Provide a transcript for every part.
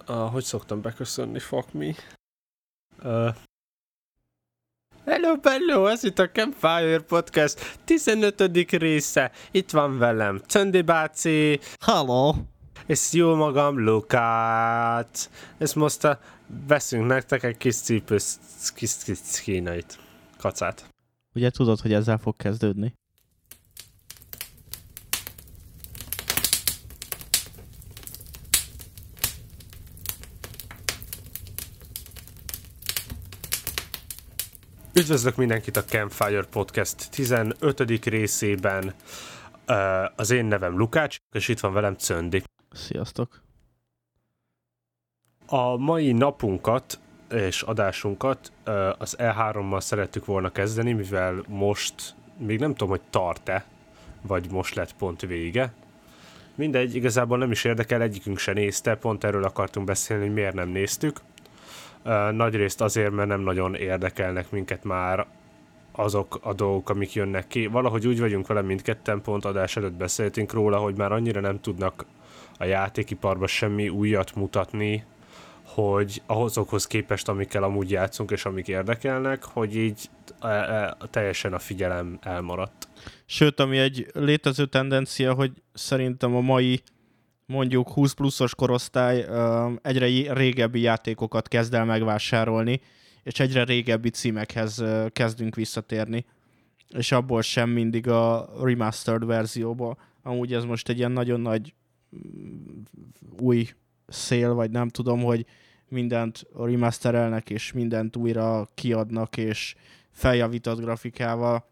Hogy szoktam beköszönni, fuck me? Hello, ez itt a Campfire Podcast 15. része. Itt van velem Czöndi bácsi. Hello! És jó magam, Lukát. És most veszünk nektek egy kis cipős, kis kínait. Kacát. Ugye tudod, hogy ezzel fog kezdődni? Üdvözlök mindenkit a Campfire Podcast 15. részében. Az én nevem Lukács, és itt van velem Czöndi. Sziasztok! A mai napunkat és adásunkat az E3-mal szerettük volna kezdeni, mivel most még nem tudom, hogy tart-e, vagy most lett pont vége. Mindegy, igazából nem is érdekel, egyikünk se nézte, pont erről akartunk beszélni, hogy miért nem néztük. Nagyrészt azért, mert nem nagyon érdekelnek minket már azok a dolgok, amik jönnek ki. Valahogy úgy vagyunk vele mindketten, pont adás előtt beszéltünk róla, hogy már annyira nem tudnak a játékiparban semmi újat mutatni, hogy azokhoz képest, amikkel amúgy játszunk és amik érdekelnek, hogy így teljesen a figyelem elmaradt. Sőt, ami egy létező tendencia, hogy szerintem a mai mondjuk 20 pluszos korosztály egyre régebbi játékokat kezd el megvásárolni, és egyre régebbi címekhez kezdünk visszatérni, és abból sem mindig a remastered verzióba. Amúgy ez most egy ilyen nagyon nagy új szél, vagy nem tudom, hogy mindent remasterelnek, és mindent újra kiadnak, és feljavított grafikával.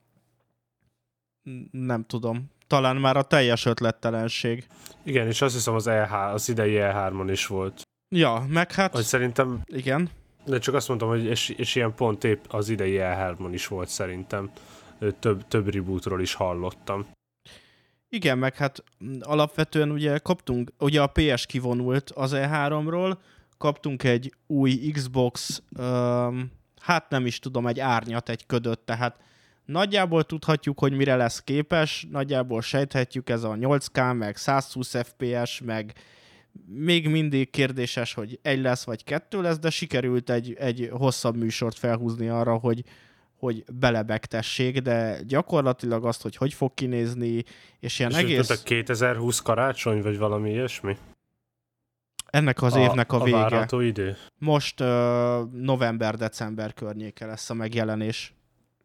Nem tudom. Talán már a teljes ötlettelenség. Igen, és azt hiszem az idei E3-on is volt. Ja, meg hát... Hogy szerintem... Igen. De csak azt mondtam, hogy és ilyen pont épp az idei E3-on is volt szerintem. Több rebootról is hallottam. Igen, meg hát alapvetően ugye kaptunk, ugye a PS kivonult az E3-ról, kaptunk egy új Xbox, hát nem is tudom, egy árnyat, egy ködöt, tehát nagyjából tudhatjuk, hogy mire lesz képes, nagyjából sejthetjük, ez a 8K, meg 120 FPS, meg még mindig kérdéses, hogy egy lesz, vagy kettő lesz, de sikerült egy hosszabb műsort felhúzni arra, hogy belebegtessék, de gyakorlatilag azt, hogy fog kinézni, és ilyen és egész... És 2020 karácsony, vagy valami ilyesmi? Ennek az évnek a vége. A várható idő? Most november-december környéke lesz a megjelenés.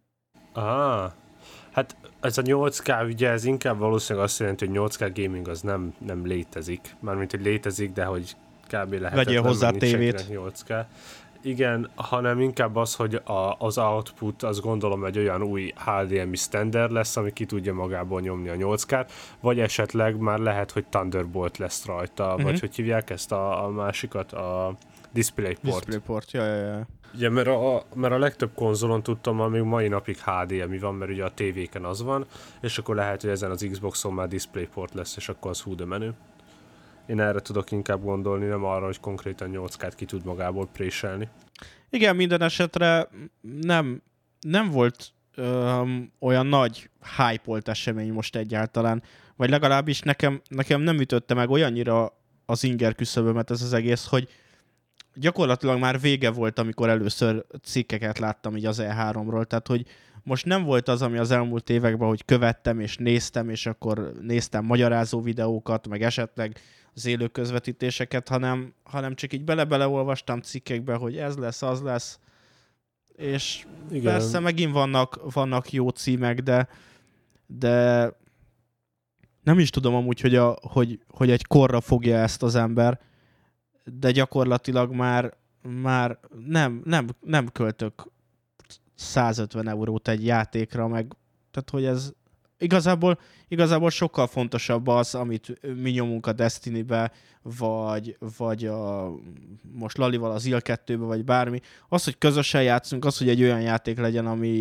Hát ez a 8K ugye, ez inkább valószínűleg azt jelenti, hogy 8K gaming az nem létezik. Mármint, hogy létezik, de hogy kb. Lehetetlen. Vegyél hozzá tévét. 8K. Igen, hanem inkább az, hogy az output, azt gondolom egy olyan új HDMI standard lesz, ami ki tudja magából nyomni a 8K-t, vagy esetleg már lehet, hogy Thunderbolt lesz rajta, vagy hogy hívják ezt a másikat, a DisplayPort. DisplayPort, ja. Ugye, mert a legtöbb konzolon tudtam, még mai napig HDMI van, mert ugye a tévéken az van, és akkor lehet, hogy ezen az Xboxon már DisplayPort lesz, és akkor az hú de menő. Én erre tudok inkább gondolni, nem arra, hogy konkrétan 8K-t ki tud magából préselni. Igen, minden esetre nem volt olyan nagy hype-olt esemény most egyáltalán, vagy legalábbis nekem nem ütötte meg olyannyira az inger küszöbömet ez az egész, hogy gyakorlatilag már vége volt, amikor először cikkeket láttam így az E3-ról, tehát hogy most nem volt az, ami az elmúlt években, hogy követtem és néztem, és akkor néztem magyarázó videókat, meg esetleg az élő közvetítéseket, hanem csak így bele-beleolvastam cikkekbe, hogy ez lesz, az lesz, és igen. Persze megint vannak jó címek, de nem is tudom amúgy, hogy egy korra fogja ezt az ember, de gyakorlatilag már nem költök 150 eurót egy játékra, meg tehát, hogy ez igazából sokkal fontosabb az, amit mi nyomunk a Destiny-be, vagy most Lalival az IL 2-be, vagy bármi. Az, hogy közösen játszunk, az, hogy egy olyan játék legyen,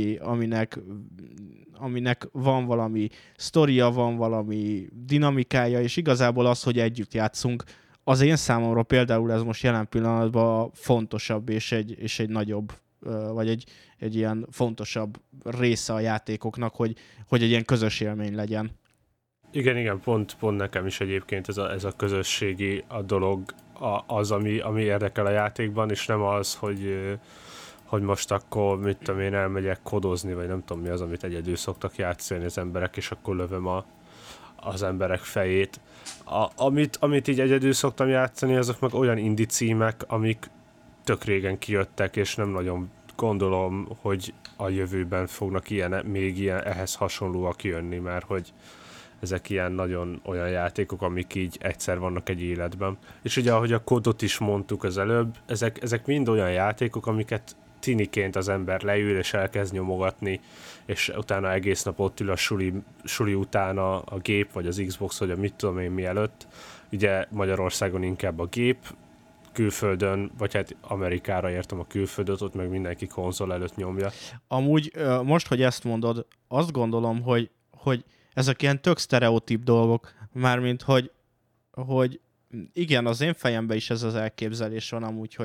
aminek van valami sztoria, van valami dinamikája, és igazából az, hogy együtt játszunk, az én számomra például ez most jelen pillanatban fontosabb, és egy nagyobb, vagy egy ilyen fontosabb része a játékoknak, hogy egy ilyen közös élmény legyen. Igen, pont nekem is egyébként ez a közösségi a dolog az, ami érdekel a játékban, és nem az, hogy most akkor, mit tudom én, elmegyek kodozni, vagy nem tudom mi az, amit egyedül szoktak játszani az emberek, és akkor lövöm az emberek fejét. Amit így egyedül szoktam játszani, azok meg olyan indie címek, amik tök régen kijöttek, és nem nagyon gondolom, hogy a jövőben fognak még ilyen ehhez hasonlóak jönni, mert hogy ezek ilyen nagyon olyan játékok, amik így egyszer vannak egy életben. És ugye, ahogy a kodot is mondtuk az előbb, ezek mind olyan játékok, amiket tiniként az ember leül és elkezd nyomogatni, és utána egész nap ott ül a suli után a gép, vagy az Xbox, vagy a mit tudom én mielőtt. Ugye Magyarországon inkább a gép, külföldön, vagy hát Amerikára értem a külföldöt, ott meg mindenki konzol előtt nyomja. Amúgy most, hogy ezt mondod, azt gondolom, hogy ezek ilyen tök sztereotíp dolgok, mármint, hogy igen, az én fejemben is ez az elképzelés van amúgy,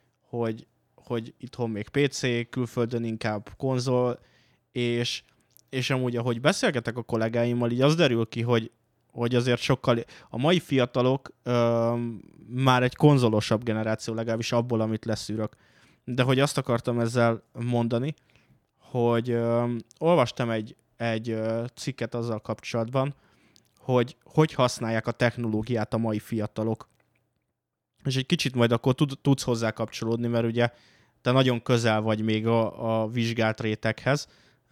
hogy itthon még PC, külföldön inkább konzol, és amúgy, ahogy beszélgetek a kollégáimmal, így az derül ki, hogy azért sokkal... A mai fiatalok már egy konzolosabb generáció, legalábbis abból, amit leszűrök. De hogy azt akartam ezzel mondani, hogy olvastam egy cikket azzal kapcsolatban, hogy használják a technológiát a mai fiatalok. És egy kicsit majd akkor tudsz hozzá kapcsolódni, mert ugye te nagyon közel vagy még a vizsgált réteghez.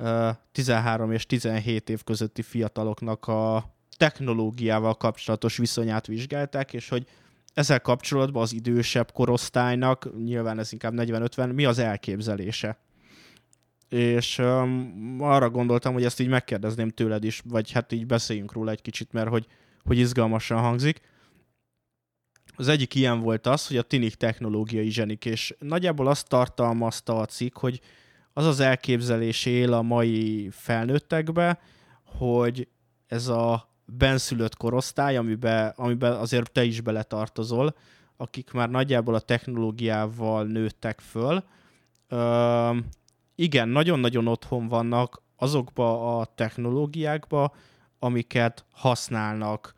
13 és 17 év közötti fiataloknak a technológiával kapcsolatos viszonyát vizsgálták, és hogy ezzel kapcsolatban az idősebb korosztálynak, nyilván ez inkább 40-50, mi az elképzelése? És arra gondoltam, hogy ezt így megkérdezném tőled is, vagy hát így beszéljünk róla egy kicsit, mert hogy izgalmasan hangzik. Az egyik ilyen volt az, hogy a tinik technológiai zsenik, és nagyjából azt tartalmazta a cikk, hogy az az elképzelés él a mai felnőttekbe, hogy ez a benszülött korosztály, amiben azért te is beletartozol, akik már nagyjából a technológiával nőttek föl. Igen, nagyon-nagyon otthon vannak azokba a technológiákba, amiket használnak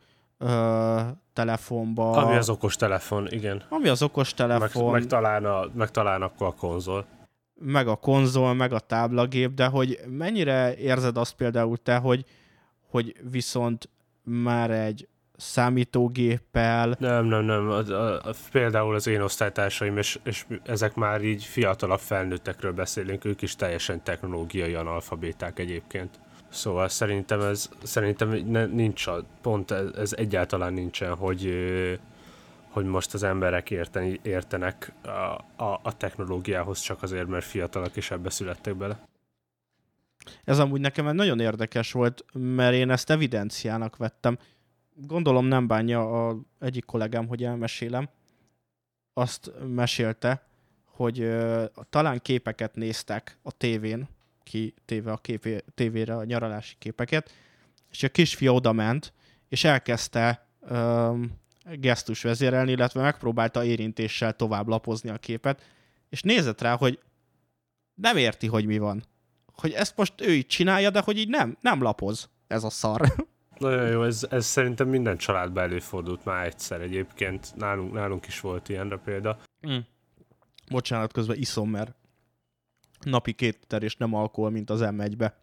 telefonba. Ami az okos telefon, igen. Ami az okos telefon. Meg talán akkor a konzol. Meg a konzol, meg a táblagép, de hogy mennyire érzed azt például te, hogy viszont már egy számítógéppel... Nem. Például az én osztálytársaim, és ezek már így fiatalabb felnőttekről beszélünk, ők is teljesen technológiai analfabéták egyébként. Szóval szerintem nincs pont ez egyáltalán nincsen, hogy most az emberek értenek a technológiához csak azért, mert fiatalak és ebbe születtek bele. Ez amúgy nekem nagyon érdekes volt, mert én ezt evidenciának vettem. Gondolom nem bánja egyik kollégám, hogy elmesélem. Azt mesélte, hogy talán képeket néztek a tévén, kitéve a tévére a nyaralási képeket, és a kisfia odament, és elkezdte gesztus vezérelni, illetve megpróbálta érintéssel tovább lapozni a képet, és nézett rá, hogy nem érti, hogy mi van. Hogy ezt most ő így csinálja, de hogy így nem lapoz. Ez a szar. Nagyon jó, ez szerintem minden családban előfordult már egyszer egyébként. Nálunk is volt ilyenre példa. Bocsánat, közben iszom, mert napi 2 liter és nem alkohol, mint az M1-be.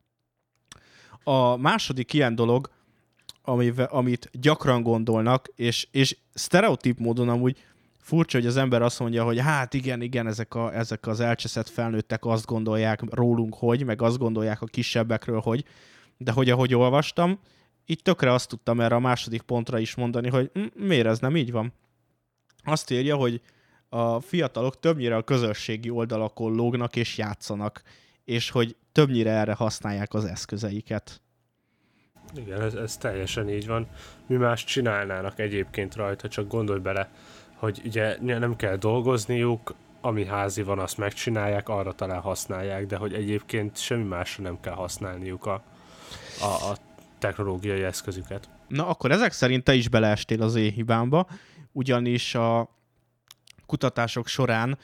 A második ilyen dolog, amit gyakran gondolnak, és sztereotíp módon amúgy furcsa, hogy az ember azt mondja, hogy hát igen, ezek az elcseszett felnőttek azt gondolják rólunk, hogy, meg azt gondolják a kisebbekről, hogy, de hogy ahogy olvastam, így tökre azt tudtam erre a második pontra is mondani, hogy miért ez nem így van. Azt írja, hogy a fiatalok többnyire a közösségi oldalakon lógnak és játszanak, és hogy többnyire erre használják az eszközeiket. Igen, ez teljesen így van. Mi más csinálnának egyébként rajta, csak gondolj bele, hogy ugye nem kell dolgozniuk, ami házi van, azt megcsinálják, arra talán használják, de hogy egyébként semmi másra nem kell használniuk a technológiai eszközüket. Na, akkor ezek szerint te is beleestél az én hibámba, ugyanis a kutatások során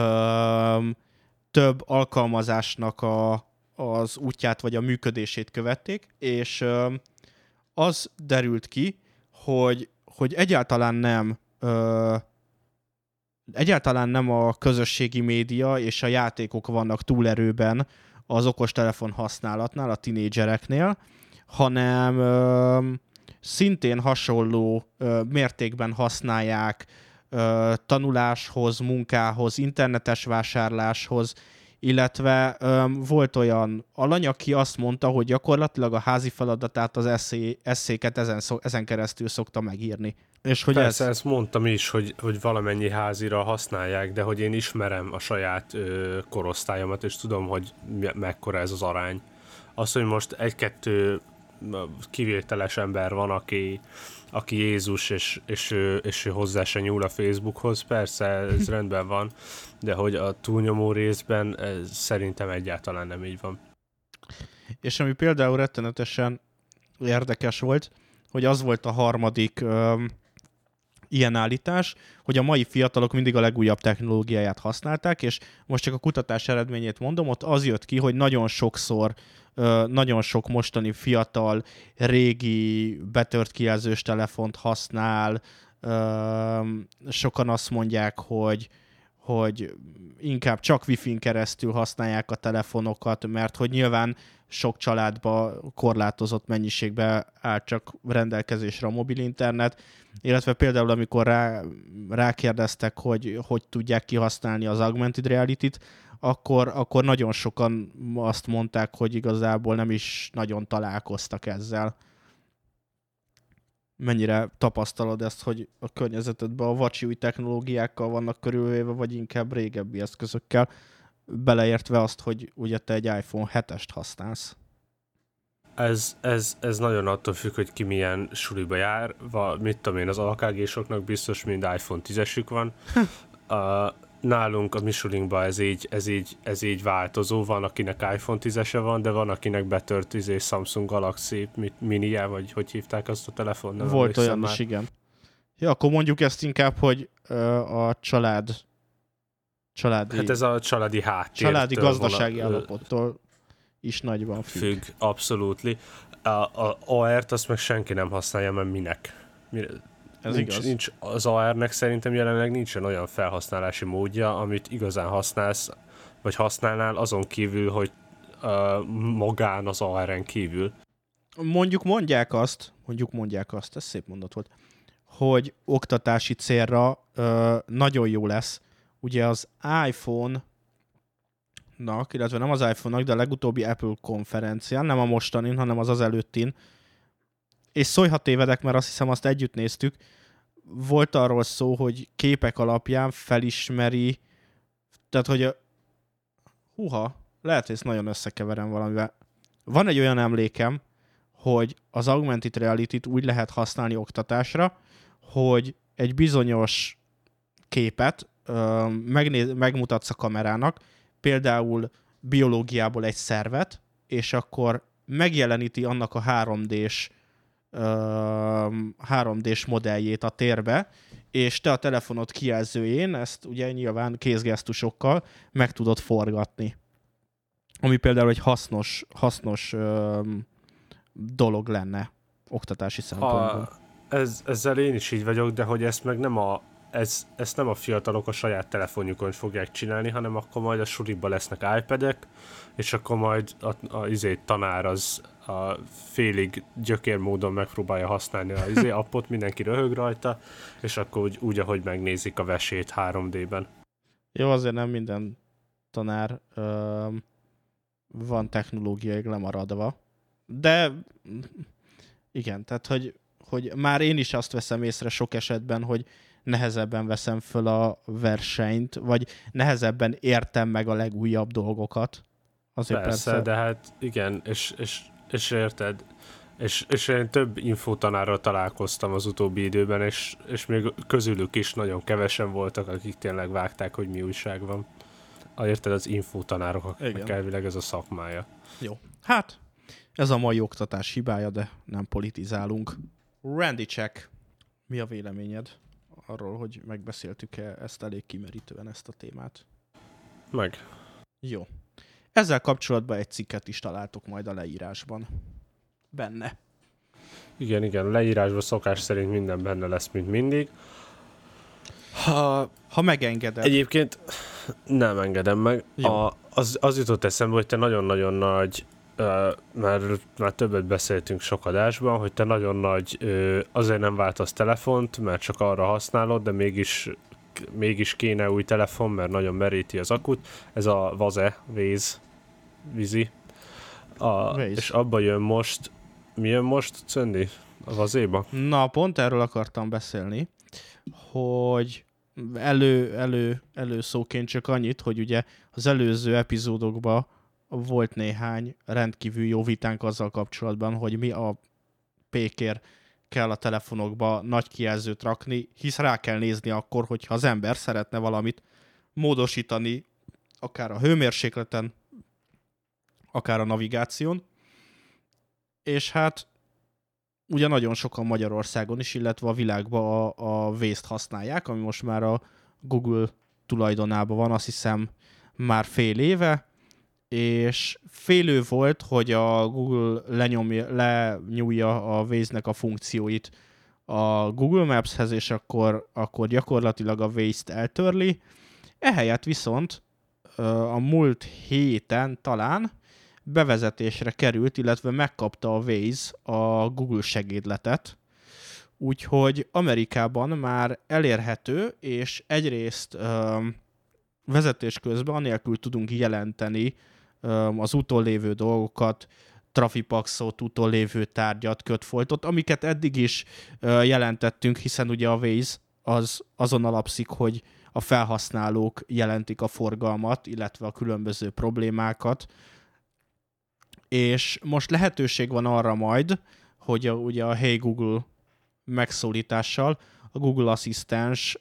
több alkalmazásnak az útját vagy a működését követték, és az derült ki, hogy egyáltalán nem egyáltalán nem a közösségi média és a játékok vannak túlerőben az okostelefon használatnál, a tinédzsereknél, hanem szintén hasonló mértékben használják tanuláshoz, munkához, internetes vásárláshoz, illetve volt olyan aki azt mondta, hogy gyakorlatilag a házi feladatát, az eszéket ezen keresztül szokta megírni. És hogy persze, ezt mondtam is, hogy valamennyi házira használják, de hogy én ismerem a saját korosztályomat, és tudom, hogy mekkora ez az arány. Az, hogy most egy-kettő kivételes ember van, aki Jézus, és hozzá se nyúl a Facebookhoz, persze ez rendben van, de hogy a túlnyomó részben szerintem egyáltalán nem így van. És ami például rettenetesen érdekes volt, hogy az volt a harmadik ilyen állítás, hogy a mai fiatalok mindig a legújabb technológiáját használták, és most csak a kutatás eredményét mondom, ott az jött ki, hogy nagyon sokszor nagyon sok mostani fiatal, régi, betört kijelzős telefont használ, sokan azt mondják, hogy inkább csak Wi-Fi-n keresztül használják a telefonokat, mert hogy nyilván sok családba korlátozott mennyiségben áll csak rendelkezésre a mobil internet, illetve például amikor rákérdeztek, hogy tudják kihasználni az augmented reality-t, akkor nagyon sokan azt mondták, hogy igazából nem is nagyon találkoztak ezzel. Mennyire tapasztalod ezt, hogy a környezetedben a vacsi új technológiákkal vannak körülvéve, vagy inkább régebbi eszközökkel, beleértve azt, hogy ugye te egy iPhone 7-est használsz? Ez nagyon attól függ, hogy ki milyen suliba jár. Mit tudom én, az AKG-soknak biztos mind iPhone 10-esük van. Nálunk a mi sulinkban ez így változó. Van, akinek iPhone 10-ese van, de van, akinek betört Samsung Galaxy Mini-je, vagy hogy hívták azt a telefon? Nem volt olyan már. Is, igen. Ja, akkor mondjuk ezt inkább, hogy a családi... Hát ez a családi háttér. Családi gazdasági állapottól is nagyban függ. Abszolútli. A AR-t azt meg senki nem használja, mert minek? Ez igaz. Nincs, az AR-nek szerintem jelenleg nincsen olyan felhasználási módja, amit igazán használsz, vagy használnál azon kívül, hogy magán az AR-en kívül. Mondják azt, ez szép mondat volt, hogy oktatási célra nagyon jó lesz. Ugye az iPhone-nak, illetve nem az iPhone-nak, de a legutóbbi Apple konferencián, nem a mostanin, hanem az előttin, és szólj, ha tévedek, mert azt hiszem, azt együtt néztük, volt arról szó, hogy képek alapján felismeri, tehát, hogy lehet, hogy ezt nagyon összekeverem valamivel. Van egy olyan emlékem, hogy az augmented reality-t úgy lehet használni oktatásra, hogy egy bizonyos képet megmutatsz a kamerának, például biológiából egy szervet, és akkor megjeleníti annak a 3D-s modelljét a térbe, és te a telefonod kijelzőjén ezt ugye nyilván kézgesztusokkal meg tudod forgatni. Ami például egy hasznos dolog lenne oktatási szempontból. Ezzel én is így vagyok, de hogy ezt meg ezt nem a fiatalok a saját telefonjukon fogják csinálni, hanem akkor majd a suliba lesznek iPad-ek, és akkor majd a tanár az a félig gyökér módon megpróbálja használni a appot, mindenki röhög rajta, és akkor úgy ahogy megnézik a vesét 3D-ben. Jó, azért nem minden tanár van technológiailag lemaradva, de igen, tehát hogy már én is azt veszem észre sok esetben, hogy nehezebben veszem föl a versenyt, vagy nehezebben értem meg a legújabb dolgokat. Azért persze, de hát igen, és érted, és én több infotanárral találkoztam az utóbbi időben, és még közülük is nagyon kevesen voltak, akik tényleg vágták, hogy mi újság van. Érted, az infotanároknak elvileg ez a szakmája. Jó. Hát, ez a mai oktatás hibája, de nem politizálunk. Randy Check, mi a véleményed arról, hogy megbeszéltük-e ezt elég kimerítően, ezt a témát? Meg. Jó. Ezzel kapcsolatban egy cikket is találtok majd a leírásban. Benne. Igen, a leírásban szokás szerint minden benne lesz, mint mindig. Ha megengeded. Egyébként nem engedem meg. Az jutott eszembe, hogy te nagyon-nagyon nagy, már többet beszéltünk sok adásban, hogy te nagyon nagy, azért nem váltasz telefont, mert csak arra használod, de mégis kéne új telefon, mert nagyon meríti az akut. Ez a Vizi. És abba jön most, mi jön most, Czöndi? A Vazéba? Na, pont erről akartam beszélni, hogy előszóként csak annyit, hogy ugye az előző epizódokban volt néhány rendkívül jó vitánk azzal kapcsolatban, hogy mi a pékért kell a telefonokba nagy kijelzőt rakni, hisz rá kell nézni akkor, hogyha az ember szeretne valamit módosítani, akár a hőmérsékleten, akár a navigáción. És hát ugye nagyon sokan Magyarországon is, illetve a világban a Waze-t használják, ami most már a Google tulajdonában van, azt hiszem már fél éve, és félő volt, hogy a Google lenyúlja a Waze-nek a funkcióit a Google Maps-hez, és akkor gyakorlatilag a Waze-t eltörli. Ehelyett viszont a múlt héten talán bevezetésre került, illetve megkapta a Waze a Google segédletet, úgyhogy Amerikában már elérhető, és egyrészt vezetés közben anélkül tudunk jelenteni az úton lévő dolgokat, trafipaxot, úton lévő tárgyat, kötfoltot, amiket eddig is jelentettünk, hiszen ugye a Waze azon alapszik, hogy a felhasználók jelentik a forgalmat, illetve a különböző problémákat, és most lehetőség van arra majd, hogy ugye a Hey Google megszólítással a Google asszisztens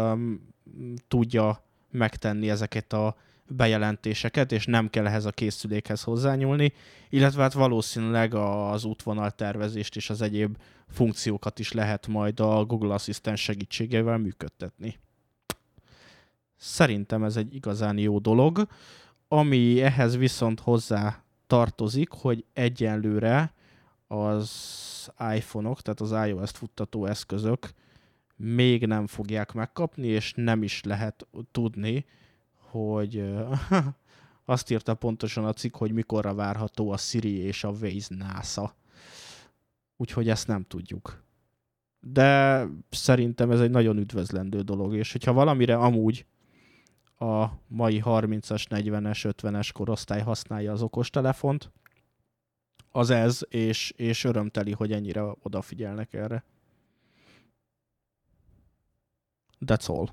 tudja megtenni ezeket a bejelentéseket, és nem kell ehhez a készülékhez hozzányúlni, illetve hát valószínűleg az útvonaltervezést és az egyéb funkciókat is lehet majd a Google asszisztens segítségével működtetni. Szerintem ez egy igazán jó dolog, ami ehhez viszont hozzá tartozik, hogy egyenlőre az iPhone-ok, tehát az iOS-t futtató eszközök még nem fogják megkapni, és nem is lehet tudni, hogy azt írta pontosan a cikk, hogy mikorra várható a Siri és a Waze NASA. Úgyhogy ezt nem tudjuk. De szerintem ez egy nagyon üdvözlendő dolog, és hogyha valamire amúgy a mai 30-as, 40-es, 50-es korosztály használja az okostelefont, az ez, és örömteli, hogy ennyire odafigyelnek erre. That's all.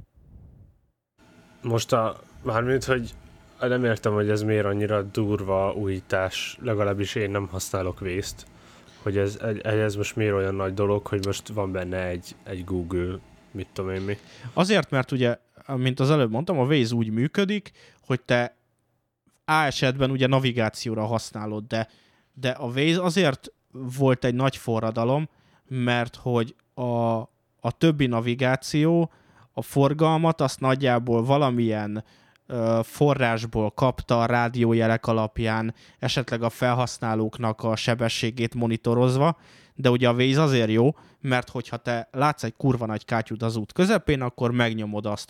Most mármint, hogy nem értem, hogy ez miért annyira durva újítás, legalábbis én nem használok Waze-t, hogy ez most miért olyan nagy dolog, hogy most van benne egy Google, mit tudom én mi. Azért, mert ugye, mint az előbb mondtam, a Waze úgy működik, hogy te A esetben ugye navigációra használod, de a Waze azért volt egy nagy forradalom, mert hogy a többi navigáció, a forgalmat azt nagyjából valamilyen forrásból kapta a rádiójelek alapján, esetleg a felhasználóknak a sebességét monitorozva, de ugye a Waze azért jó, mert hogyha te látsz egy kurva nagy kátyút az út közepén, akkor megnyomod azt,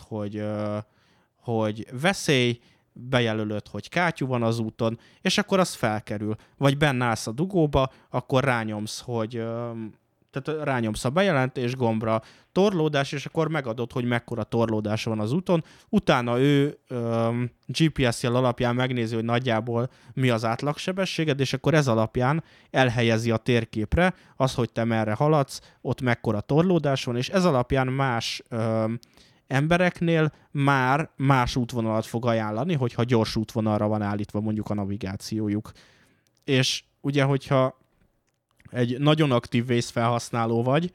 hogy veszély, bejelölöd, hogy kátyú van az úton, és akkor az felkerül. Vagy benne állsz a dugóba, akkor rányomsz, tehát rányomsz a bejelentés gombra, torlódás, és akkor megadod, hogy mekkora torlódás van az úton. Utána ő GPS-jel alapján megnézi, hogy nagyjából mi az átlagsebességed, és akkor ez alapján elhelyezi a térképre az, hogy te merre haladsz, ott mekkora torlódás van, és ez alapján más embereknél már más útvonalat fog ajánlani, hogyha gyors útvonalra van állítva mondjuk a navigációjuk. És ugye, hogyha egy nagyon aktív Waze felhasználó vagy,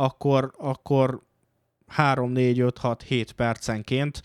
akkor 3, 4, 5, 6, 7 percenként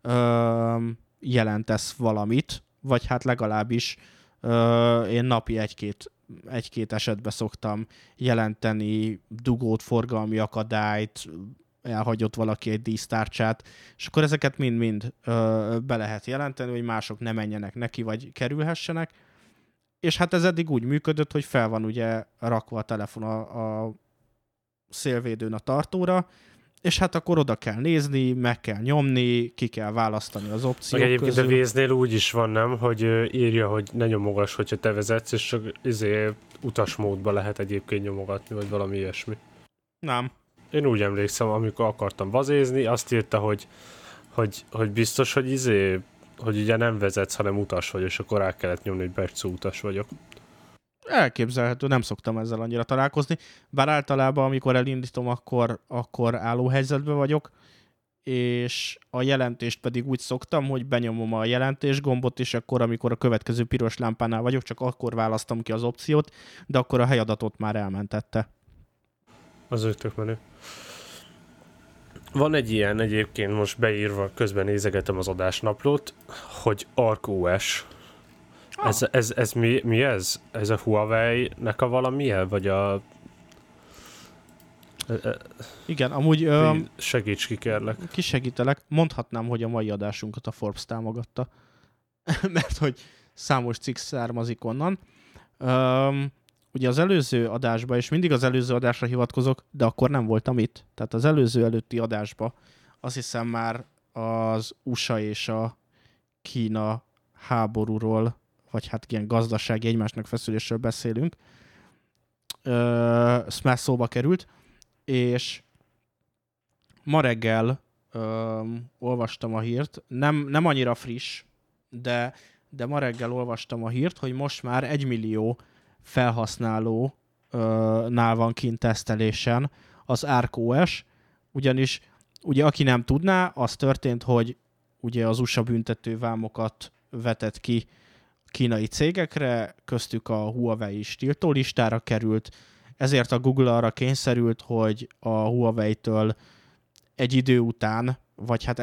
jelentesz valamit, vagy hát legalábbis én napi egy-két esetben szoktam jelenteni dugót, forgalmi akadályt, elhagyott valaki egy dísztárcsát, és akkor ezeket mind-mind be lehet jelenteni, hogy mások ne menjenek neki, vagy kerülhessenek. És hát ez eddig úgy működött, hogy fel van ugye rakva a telefon a szélvédőn a tartóra, és hát akkor oda kell nézni, meg kell nyomni, ki kell választani az opciók Meg egyébként közül. a Waze-nél úgy is van, nem, hogy írja, hogy ne nyomogass, hogyha te vezetsz, és csak utasmódba lehet egyébként nyomogatni, vagy valami ilyesmi. Nem. Én úgy emlékszem, amikor akartam vazézni, azt írta, hogy biztos, hogy ugye nem vezetsz, hanem utas vagy, és akkor rá kellett nyomni, hogy Bercó utas vagyok. Elképzelhető, nem szoktam ezzel annyira találkozni, bár általában, amikor elindítom, akkor álló helyzetben vagyok, és a jelentést pedig úgy szoktam, hogy benyomom a jelentés gombot, és akkor, amikor a következő piros lámpánál vagyok, csak akkor választom ki az opciót, de akkor a helyadatot már elmentette. Az ő tök menő. Van egy ilyen egyébként most beírva, közben nézegetem az adásnaplót, hogy ArcOS. Ez mi ez? Ez a Huawei-nek a valamilyen? Vagy a... Igen, amúgy... Segíts ki, kérlek. Kisegítelek, mondhatnám, hogy a mai adásunkat a Forbes támogatta, mert hogy számos cikk származik onnan. Ugye az előző adásban, és mindig az előző adásra hivatkozok, de akkor nem voltam itt. Tehát az előző előtti adásban azt hiszem már az USA és a Kína háborúról, vagy hát ilyen gazdasági egymásnak feszülésről beszélünk. Ez már szóba került, és ma reggel olvastam a hírt, nem annyira friss, de ma reggel olvastam a hírt, hogy most már 1 millió felhasználónál van kint tesztelésen az ArcOS, ugyanis ugye aki nem tudná, az történt, hogy ugye az USA büntetővámokat vetett ki kínai cégekre, köztük a Huawei is tiltólistára került, ezért a Google arra kényszerült, hogy a Huawei-től egy idő után, vagy hát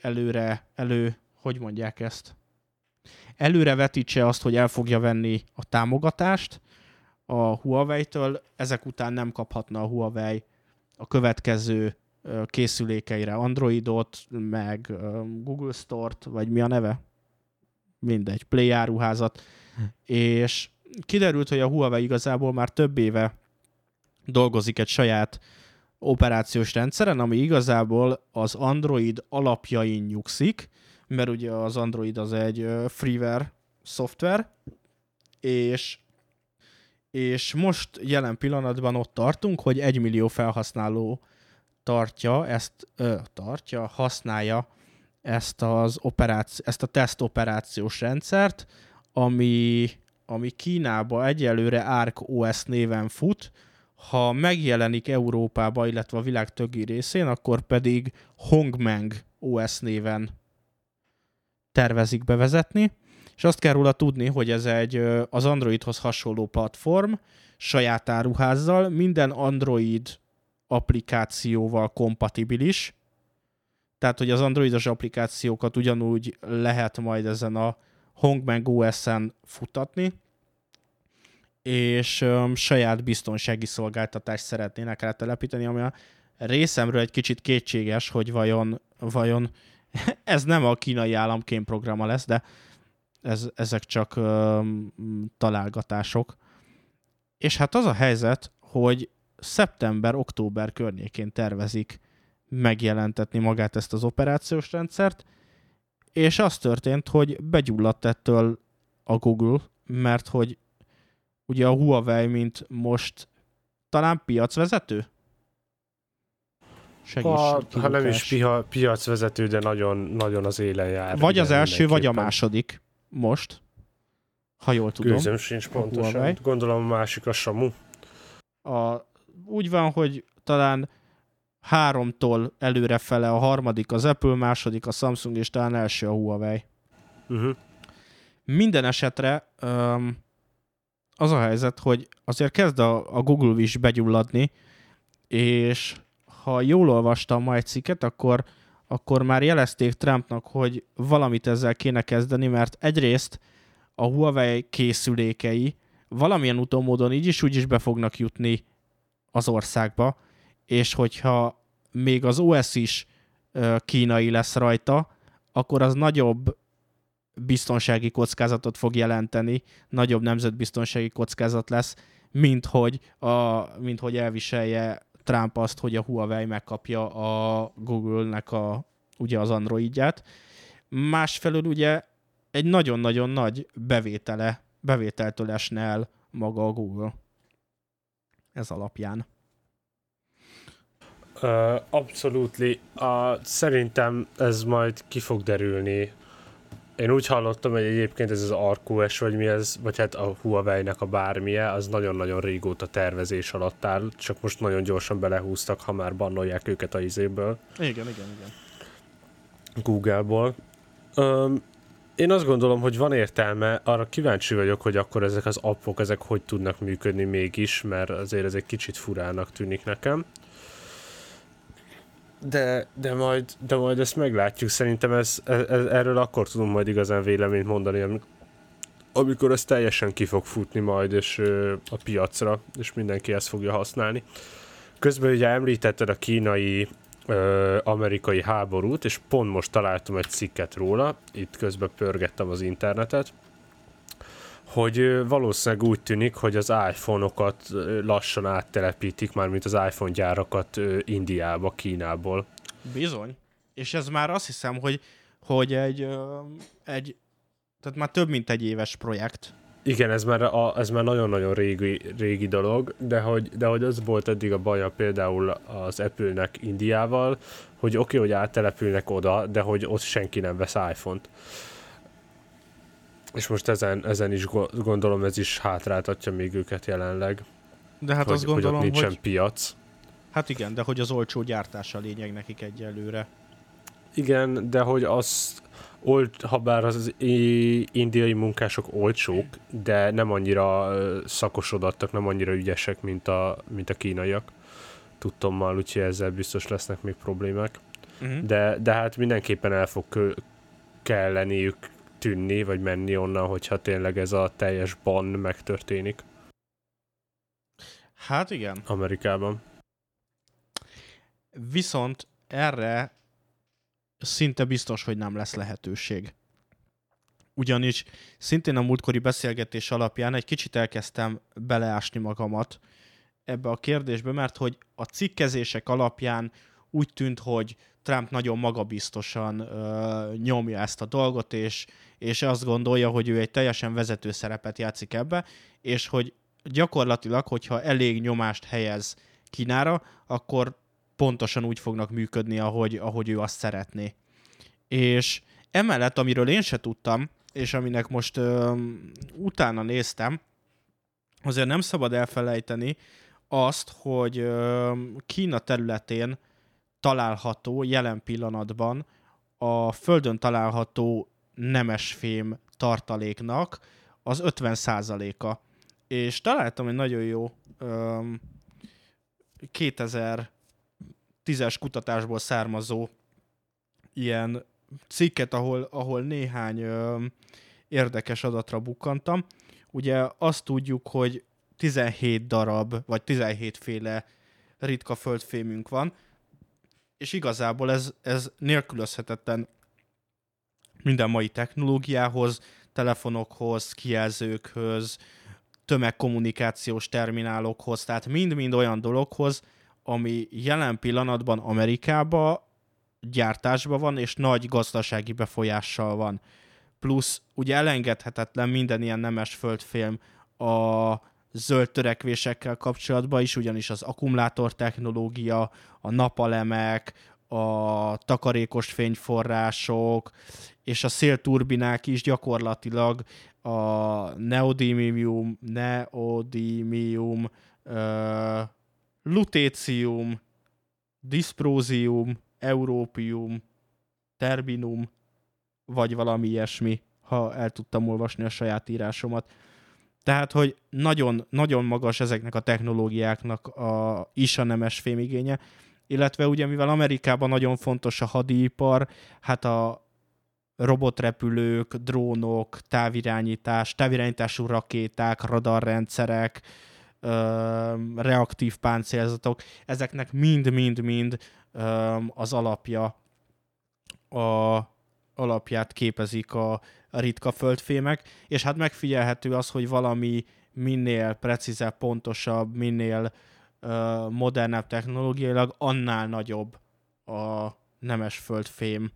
hogy mondják ezt? Előre vetítse azt, hogy el fogja venni a támogatást a Huawei-től, ezek után nem kaphatna a Huawei a következő készülékeire Androidot, meg Google Store-t, vagy mi a neve? Mindegy, Play áruházat. És kiderült, hogy a Huawei igazából már több éve dolgozik egy saját operációs rendszeren, ami igazából az Android alapjain nyugszik, mert ugye az Android az egy freeware szoftver, és most jelen pillanatban ott tartunk, hogy 1 millió felhasználó használja ezt a tesztoperációs rendszert, ami Kínában egyelőre ArcOS néven fut, ha megjelenik Európába, illetve a világ többi részén, akkor pedig Hongmeng OS néven tervezik bevezetni, és azt kell róla tudni, hogy ez az Androidhoz hasonló platform, saját áruházzal, minden Android applikációval kompatibilis, tehát, hogy az androidos applikációkat ugyanúgy lehet majd ezen a Hongmeng OS-en futatni, és saját biztonsági szolgáltatást szeretnének rátelepíteni, ami a részemről egy kicsit kétséges, hogy vajon ez nem a kínai állam kémprogramma lesz, de ezek csak találgatások. És hát az a helyzet, hogy szeptember-október környékén tervezik megjelentetni magát ezt az operációs rendszert, és az történt, hogy begyulladt ettől a Google, mert hogy ugye a Huawei, mint most talán piacvezető? Ha nem is piacvezető, de nagyon, nagyon az élen jár. Vagy az első, vagy a második most, ha jól tudom. Gőzöm sincs pontosan. Gondolom a másik a Samu. Úgy van, hogy talán 3-tól előrefele, a harmadik az Apple, második a Samsung, és talán első a Huawei. Uh-huh. Minden esetre az a helyzet, hogy azért kezd a Google is begyulladni, és ha jól olvastam ma egy cikket, akkor már jelezték Trumpnak, hogy valamit ezzel kéne kezdeni, mert egyrészt a Huawei készülékei valamilyen úton módon így is úgy is be fognak jutni az országba, és hogyha még az OS is kínai lesz rajta, akkor az nagyobb biztonsági kockázatot fog jelenteni, nagyobb nemzetbiztonsági kockázat lesz, mint hogy elviselje Trump azt, hogy a Huawei megkapja a Google-nek ugye az Androidját. Másfelől ugye egy nagyon-nagyon nagy bevételtől esne el maga a Google. Ez alapján. Abszolút. Szerintem ez majd ki fog derülni. Én úgy hallottam, hogy egyébként ez az ArcOS, vagy mi ez, vagy hát a Huawei-nek a bármilyen, az nagyon-nagyon régóta tervezés alatt áll, csak most nagyon gyorsan belehúztak, ha már bannolják őket a izéből. Igen. Google-ból. Én azt gondolom, hogy van értelme, arra kíváncsi vagyok, hogy akkor ezek az appok, ezek hogy tudnak működni mégis, mert azért ez egy kicsit furának tűnik nekem. De majd ezt meglátjuk. Szerintem erről akkor tudom majd igazán véleményt mondani, amikor ez teljesen ki fog futni majd és a piacra, és mindenki ezt fogja használni. Közben ugye említetted a kínai amerikai háborút, és pont most találtam egy cikket róla, itt közben pörgettem az internetet, hogy valószínűleg úgy tűnik, hogy az iPhone-okat lassan áttelepítik, mármint az iPhone gyárakat Indiába, Kínából. Bizony. És ez már azt hiszem, hogy tehát már több mint egy éves projekt. Igen, ez már nagyon-nagyon régi dolog, de hogy az volt eddig a baja például az Apple-nek Indiával, hogy oké, hogy áttelepülnek oda, de hogy ott senki nem vesz iPhone-t. És most ezen is gondolom, ez is hátráltatja még őket jelenleg. De hát azt gondolom, hogy ott nincsen piac. Hát igen, de hogy az olcsó gyártása a lényeg nekik egyelőre. Igen, de hogy habár az indiai munkások olcsók, de nem annyira szakosodottak, nem annyira ügyesek, mint a kínaiak. Tudtommal, úgyhogy ezzel biztos lesznek még problémák. Uh-huh. De hát mindenképpen el fog kelleniük tűnni, vagy menni onnan, hogyha tényleg ez a teljes ban megtörténik. Hát igen. Amerikában. Viszont erre szinte biztos, hogy nem lesz lehetőség. Ugyanis szintén a múltkori beszélgetés alapján egy kicsit elkezdtem beleásni magamat ebbe a kérdésbe, mert hogy a cikkezések alapján úgy tűnt, hogy Trump nagyon magabiztosan nyomja ezt a dolgot, és azt gondolja, hogy ő egy teljesen vezető szerepet játszik ebbe, és hogy gyakorlatilag, hogyha elég nyomást helyez Kínára, akkor pontosan úgy fognak működni, ahogy ő azt szeretné. És emellett, amiről én se tudtam, és aminek most utána néztem, azért nem szabad elfelejteni azt, hogy Kína területén található jelen pillanatban a Földön található nemesfém tartaléknak az 50%-a. És találtam egy nagyon jó 2010-es kutatásból származó ilyen cikket, ahol néhány érdekes adatra bukkantam. Ugye azt tudjuk, hogy 17 darab, vagy 17 féle ritka földfémünk van, és igazából ez nélkülözhetetlen minden mai technológiához, telefonokhoz, kijelzőkhöz, tömegkommunikációs terminálokhoz, tehát mind-mind olyan dologhoz, ami jelen pillanatban Amerikában gyártásban van, és nagy gazdasági befolyással van. Plusz ugye elengedhetetlen minden ilyen nemes földfém a zöld törekvésekkel kapcsolatban is, ugyanis az akkumulátor technológia, a napalemek, a takarékos fényforrások, és a szélturbinák is gyakorlatilag a neodímium, lutécium, diszprózium, európium, terbinum, vagy valami ilyesmi, ha el tudtam olvasni a saját írásomat. Tehát, hogy nagyon, nagyon magas ezeknek a technológiáknak is a nemes fémigénye, illetve ugye, mivel Amerikában nagyon fontos a hadipar, hát a robotrepülők, drónok, távirányítású rakéták, radarrendszerek, reaktív páncélzatok, ezeknek mind-mind-mind az alapját képezik a ritka földfémek, és hát megfigyelhető az, hogy valami minél precízebb, pontosabb, minél modernebb technológiailag, annál nagyobb a nemes földfém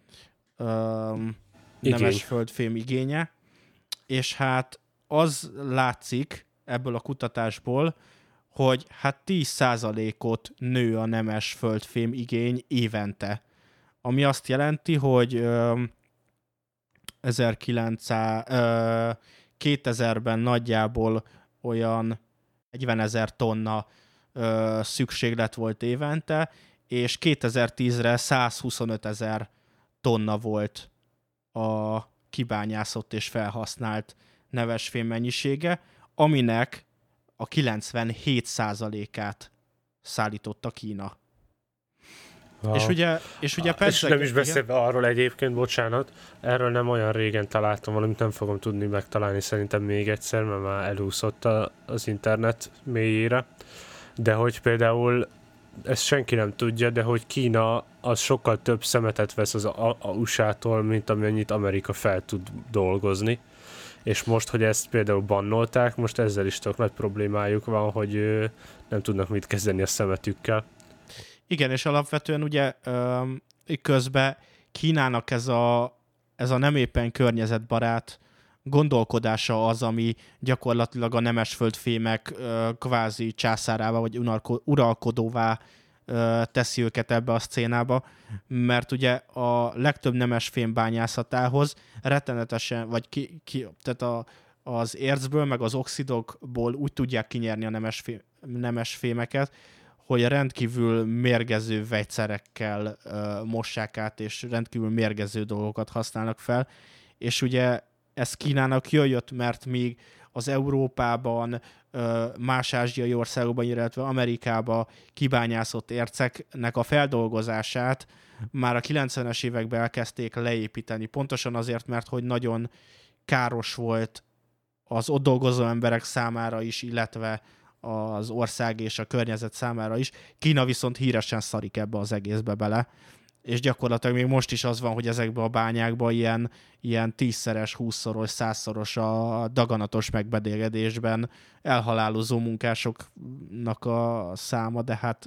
igénye. És hát az látszik ebből a kutatásból, hogy hát 10%-ot nő a nemes földfém igény évente. Ami azt jelenti, hogy 2000-ben nagyjából olyan 40 000 tonna szükséglet volt évente, és 2010-re 125 000 tonna volt a kibányászott és felhasznált nevesfém mennyisége, aminek a 97%-át szállította Kína. És ugye persze... És nem is beszélve arról egyébként, bocsánat, erről nem olyan régen találtam valamit, nem fogom tudni megtalálni szerintem még egyszer, mert már elúszott az internet mélyére, de hogy például ezt senki nem tudja, de hogy Kína az sokkal több szemetet vesz az USA-tól, mint amennyit Amerika fel tud dolgozni. És most, hogy ezt például bannolták, most ezzel is tök nagy problémájuk van, hogy nem tudnak mit kezdeni a szemetükkel. Igen, és alapvetően ugye közben Kínának ez a nem éppen környezetbarát gondolkodása az, ami gyakorlatilag a nemesföldfémek kvázi császárává vagy uralkodóvá teszi őket ebbe a szcénába, mert ugye a legtöbb nemesfém bányászatához rettenetesen, vagy tehát az ércből, meg az oxidokból úgy tudják kinyerni a nemesfémeket, hogy rendkívül mérgező vegyszerekkel mossák át, és rendkívül mérgező dolgokat használnak fel, és ugye ez Kínának jött, mert még az Európában, más ázsiai országokban, illetve Amerikában kibányászott érceknek a feldolgozását már a 90-es években elkezdték leépíteni. Pontosan azért, mert hogy nagyon káros volt az ott dolgozó emberek számára is, illetve az ország és a környezet számára is. Kína viszont híresen szarik ebbe az egészbe bele, és gyakorlatilag még most is az van, hogy ezekben a bányákban ilyen 10-szeres, 20-szoros, 100-szoros a daganatos megbedégedésben elhalálozó munkásoknak a száma,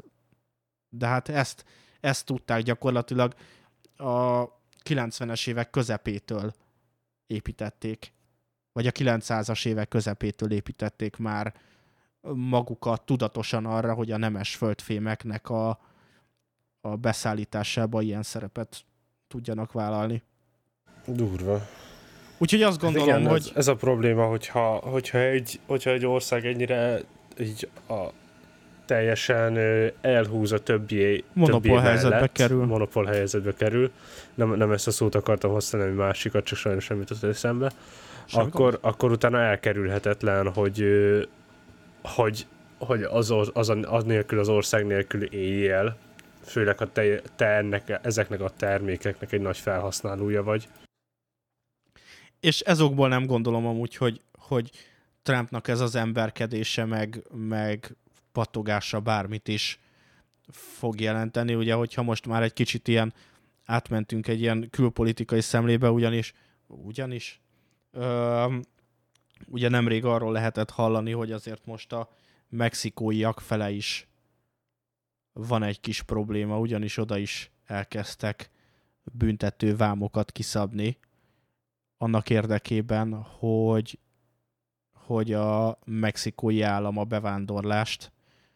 de hát ezt tudták gyakorlatilag a 90-es évek közepétől építették, vagy a 900-as évek közepétől építették már magukat tudatosan arra, hogy a nemes földfémeknek a beszállításában ilyen szerepet tudjanak vállalni. Durva. Úgyhogy azt gondolom, igen, hogy... Ez a probléma, hogyha egy ország ennyire így teljesen elhúz a többi monopól helyzetbe kerül. Nem ezt a szót akartam használni, egy másikat, csak sajnos nem jutott eszembe. Akkor utána elkerülhetetlen, hogy az nélkül, az ország nélkül éljél, főleg ha te ezeknek a termékeknek egy nagy felhasználója vagy. És ezokból nem gondolom amúgy, hogy Trumpnak ez az emberkedése meg pattogása bármit is fog jelenteni. Ugye, hogyha most már egy kicsit ilyen átmentünk egy ilyen külpolitikai szemlébe, ugyanis ugye nemrég arról lehetett hallani, hogy azért most a mexikóiak fele is van egy kis probléma, ugyanis oda is elkezdtek büntető vámokat kiszabni annak érdekében, hogy a mexikói állam a bevándorlást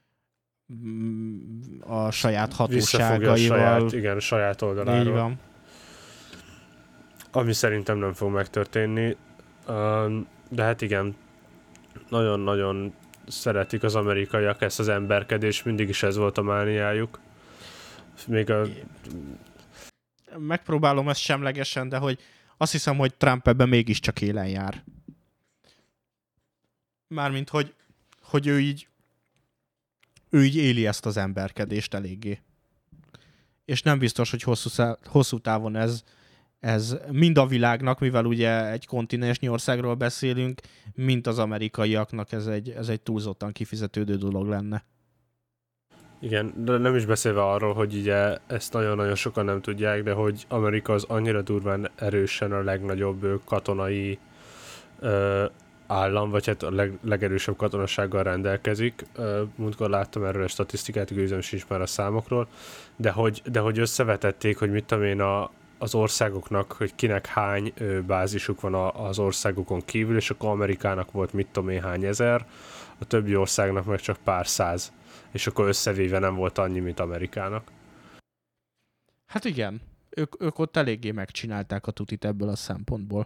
a saját hatóságaival... a saját oldaláról. Így van. Ami szerintem nem fog megtörténni. De hát igen, nagyon-nagyon szeretik az amerikaiak ezt az emberkedést, mindig is ez volt a mániájuk. Megpróbálom ezt semlegesen, de hogy azt hiszem, hogy Trump ebben mégiscsak élen jár. Mármint, hogy ő így éli ezt az emberkedést eléggé. És nem biztos, hogy hosszú távon ez mind a világnak, mivel ugye egy kontinensnyi országról beszélünk, mint az amerikaiaknak ez egy túlzottan kifizetődő dolog lenne. Igen, de nem is beszélve arról, hogy ugye ezt nagyon-nagyon sokan nem tudják, de hogy Amerika az annyira durván erősen a legnagyobb katonai állam, vagy hát a legerősebb katonasággal rendelkezik. Múltkor láttam erről a statisztikát, igazán sincs már a számokról, de hogy összevetették, hogy mit tudom én az országoknak, hogy kinek hány bázisuk van az országokon kívül, és akkor Amerikának volt mit tudom én hány ezer, a többi országnak meg csak pár száz, és akkor összevéve nem volt annyi, mint Amerikának. Hát igen, ők ott eléggé megcsinálták a tutit ebből a szempontból.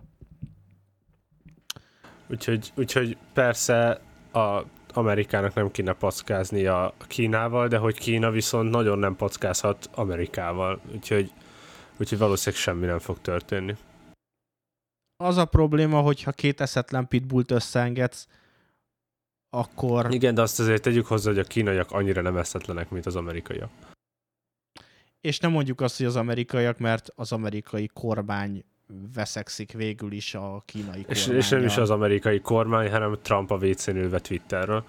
Úgyhogy persze a Amerikának nem kéne packázni a Kínával, de hogy Kína viszont nagyon nem packázhat Amerikával, úgyhogy valószínűleg semmi nem fog történni. Az a probléma, hogyha két eszetlen pitbullt összeengedsz, akkor... Igen, de azt azért tegyük hozzá, hogy a kínaiak annyira nem eszetlenek, mint az amerikaiak. És nem mondjuk azt, hogy az amerikaiak, mert az amerikai kormány veszekszik végül is a kínai kormánnyal. És nem is az amerikai kormány, hanem Trump a WC-n ülve Twitterről.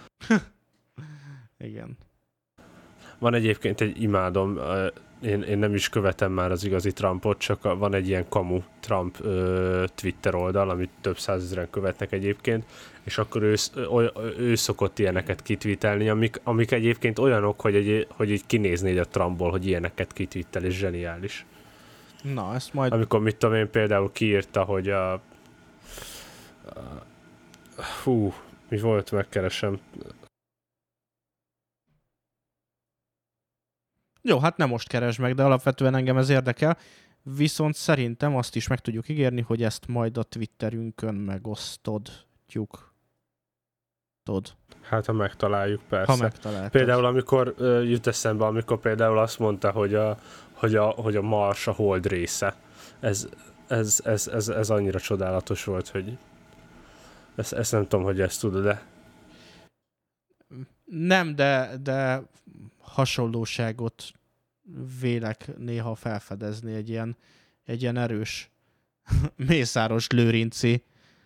Igen. Van egyébként imádom, én nem is követem már az igazi Trumpot, csak van egy ilyen kamu Trump Twitter oldal, amit több százezren követnek egyébként, és akkor ő szokott ilyeneket kitweetelni, amik egyébként olyanok, hogy így kinéznéd a Trumpból, hogy ilyeneket kitweetel, és zseniális. Na, ezt majd... Amikor mit tudom én például kiírta, hogy mi volt, megkeresem. Jó, hát nem most keresd meg, de alapvetően engem ez érdekel. Viszont szerintem azt is meg tudjuk ígérni, hogy ezt majd a Twitterünkön megosztodjuk. Hát, ha megtaláljuk, persze. Ha megtaláltad. Például, amikor jut eszembe, amikor például azt mondta, hogy a Mars a Hold része. Ez annyira csodálatos volt, hogy ezt nem tudom, hogy ezt tudod, de... Nem, de hasonlóságot vélek néha felfedezni egy ilyen erős Mészáros Lőrinci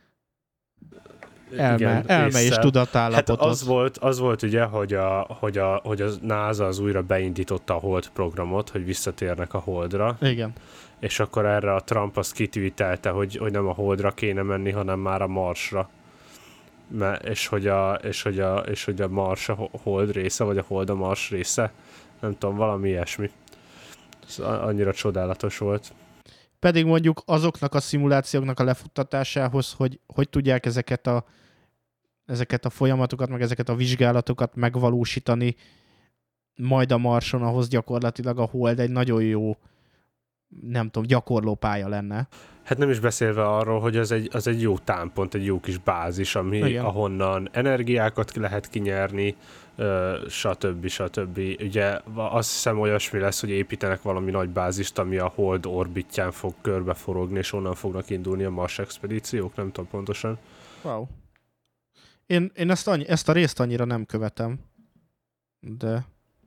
elme és tudatállapotot. Hát az volt ugye, hogy a NASA az újra beindította a Hold programot, hogy visszatérnek a Holdra. Igen. És akkor erre a Trump azt kitweetelte, hogy nem a Holdra kéne menni, hanem már a Marsra. És hogy a Mars a Hold része, vagy a Hold a Mars része. Nem tudom, valami ilyesmi. Ez annyira csodálatos volt. Pedig mondjuk azoknak a szimulációknak a lefuttatásához, hogy tudják ezeket a folyamatokat, meg ezeket a vizsgálatokat megvalósítani majd a Marson, ahhoz gyakorlatilag a Hold egy nagyon jó, nem tudom, gyakorlópálya lenne. Hát nem is beszélve arról, hogy az egy jó támpont, egy jó kis bázis, ahonnan energiákat lehet kinyerni, stb. Ugye azt hiszem olyasmi lesz, hogy építenek valami nagy bázist, ami a Hold orbitján fog körbeforogni, és onnan fognak indulni a Mars expedíciók, nem tudom pontosan. Wow. Én ezt a részt annyira nem követem, de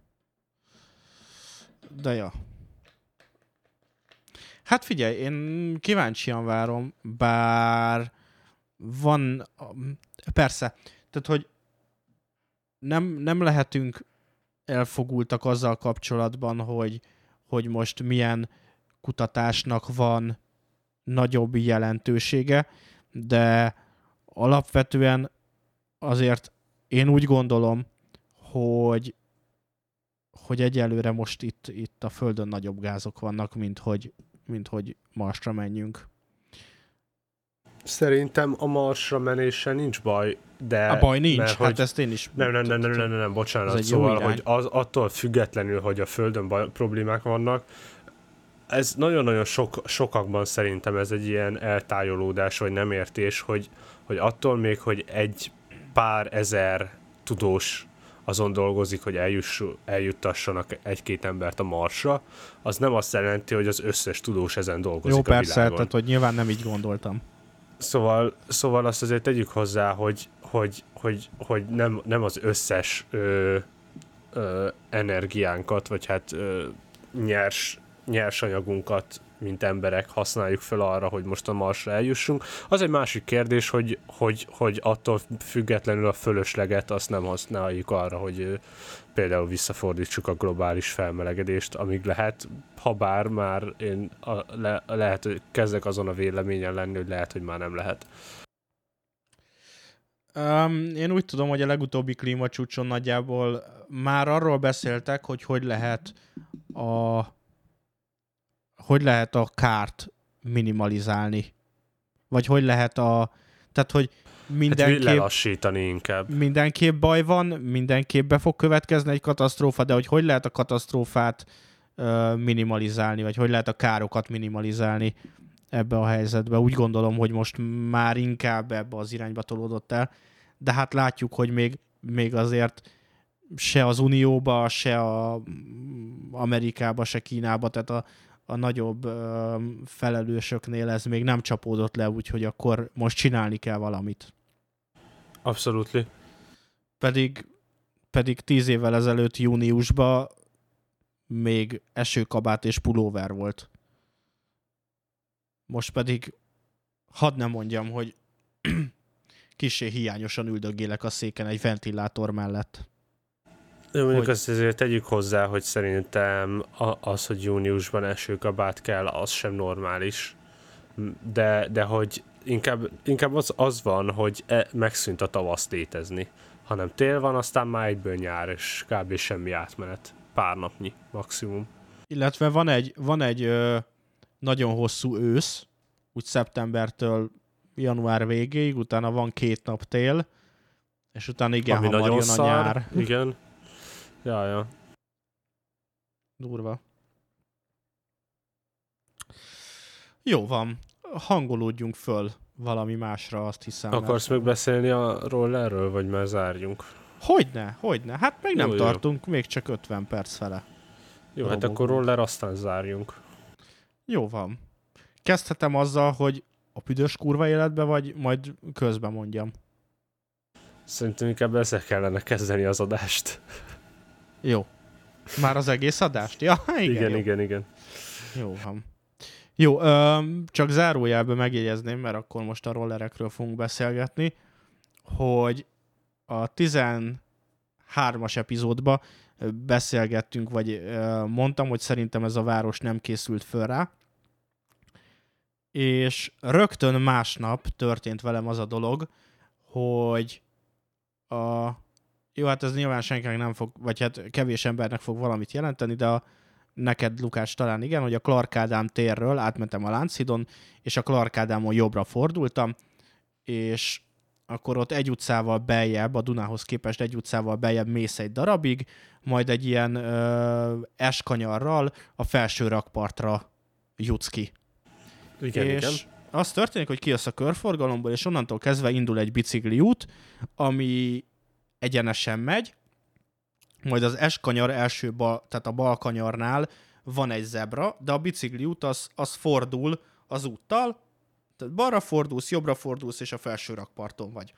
ja. Hát figyelj, én kíváncsian várom, bár van, persze, tehát hogy nem lehetünk elfogultak azzal kapcsolatban, hogy most milyen kutatásnak van nagyobb jelentősége, de alapvetően azért én úgy gondolom, hogy egyelőre most itt a Földön nagyobb gázok vannak, mint hogy Marsra menjünk. Szerintem a Marsra menéssel nincs baj, de... A baj nincs, mert, hát ezt én is... Nem, bocsánat, szóval, hogy attól függetlenül, hogy a Földön problémák vannak, ez nagyon-nagyon sokakban szerintem ez egy ilyen eltájolódás, vagy nem értés, hogy attól még, hogy egy pár ezer tudós azon dolgozik, hogy eljuttassanak egy-két embert a Marsra, az nem azt jelenti, hogy az összes tudós ezen dolgozik. Jó, persze, a világon. Tehát hogy nyilván nem így gondoltam. Szóval azt azért tegyük hozzá, hogy nem az összes energiánkat, vagy hát nyersanyagunkat, mint emberek használjuk fel arra, hogy most a Marsra eljussunk. Az egy másik kérdés, hogy attól függetlenül a fölösleget azt nem használjuk arra, hogy például visszafordítsuk a globális felmelegedést, amíg lehet, ha bár már én lehet, hogy kezdek azon a véleményen lenni, hogy lehet, hogy már nem lehet. Én úgy tudom, hogy a legutóbbi klímacsúcson nagyjából már arról beszéltek, hogy lehet a kárt minimalizálni. Vagy hogy lehet tehát, hogy lelassítani inkább. Mindenképp baj van, mindenképp be fog következni egy katasztrófa, de hogy lehet a katasztrófát minimalizálni, vagy hogy lehet a károkat minimalizálni ebbe a helyzetbe. Úgy gondolom, hogy most már inkább ebbe az irányba tolódott el, de hát látjuk, hogy még azért se az Unióba, se a Amerikába, se Kínába, tehát a nagyobb felelősöknél ez még nem csapódott le, úgyhogy akkor most csinálni kell valamit. Abszolút. Pedig 10 évvel ezelőtt júniusban még esőkabát és pulóver volt. Most pedig hadd nem mondjam, hogy kissé hiányosan üldögélek a széken egy ventilátor mellett. De mondjuk azt azért tegyük hozzá, hogy szerintem az, hogy júniusban esőkabát kell, az sem normális. De hogy inkább az van, hogy megszűnt a tavasz létezni. Hanem tél van, aztán már egyből nyár, és kb. Semmi átmenet. Pár napnyi maximum. Illetve van egy nagyon hosszú ősz, úgy szeptembertől január végéig, utána van 2 nap tél, és utána igen, ami hamar jön a nyár. Igen. Ja. Durva. Jó van. Hangolódjunk föl valami másra, azt hiszem. Akarsz még beszélni a rollerről, vagy már zárjunk? Hogyne. Hát még nem tartunk, még csak 50 perc fele. Jó, hát akkor roller, aztán zárjunk. Jó van. Kezdhetem azzal, hogy a büdös kurva életbe, vagy majd közben mondjam? Szerintem inkább ezzel kellene kezdeni az adást. Jó. Már az egész adást? Ja, igen. Jó van. Jó, csak zárójelben megjegyezném, mert akkor most a rollerekről fogunk beszélgetni, hogy a 13-as epizódban beszélgettünk, vagy mondtam, hogy szerintem ez a város nem készült föl rá, és rögtön másnap történt velem az a dolog, hogy jó, hát ez nyilván senkinek nem fog, vagy hát kevés embernek fog valamit jelenteni, de neked, Lukács, talán igen, hogy a Clark Ádám térről átmentem a Lánchidon, és a Clark Ádámon jobbra fordultam, és akkor ott egy utcával beljebb, a Dunához képest egy utcával beljebb mész egy darabig, majd egy ilyen S-kanyarral a felső rakpartra jutsz ki. Igen. Az történik, hogy kijössz a körforgalomból, és onnantól kezdve indul egy bicikliút, ami egyenesen megy, majd az S-kanyar tehát a bal kanyarnál van egy zebra, de a bicikliút az fordul az úttal, tehát balra fordulsz, jobbra fordulsz, és a felső rakparton vagy.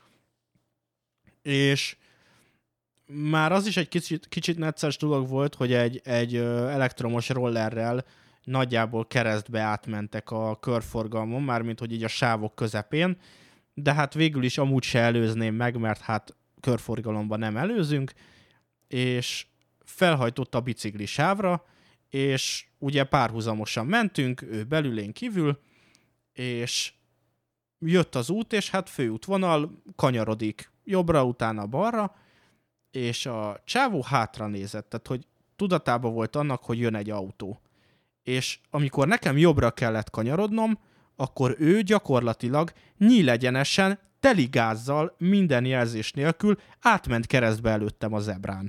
És már az is egy kicsit necces dolog volt, hogy egy elektromos rollerrel nagyjából keresztbe átmentek a körforgalmon, mármint hogy így a sávok közepén, de hát végül is amúgy se előzném meg, mert hát körforgalomban nem előzünk, és felhajtott a bicikli sávra, és ugye párhuzamosan mentünk, ő belül, én kívül, és jött az út, és hát főútvonal kanyarodik jobbra, utána balra, és a csávó hátra nézett, tehát hogy tudatában volt annak, hogy jön egy autó. És amikor nekem jobbra kellett kanyarodnom, akkor ő gyakorlatilag nyílegyenesen, teli gázzal, minden jelzés nélkül átment keresztbe előttem a zebrán.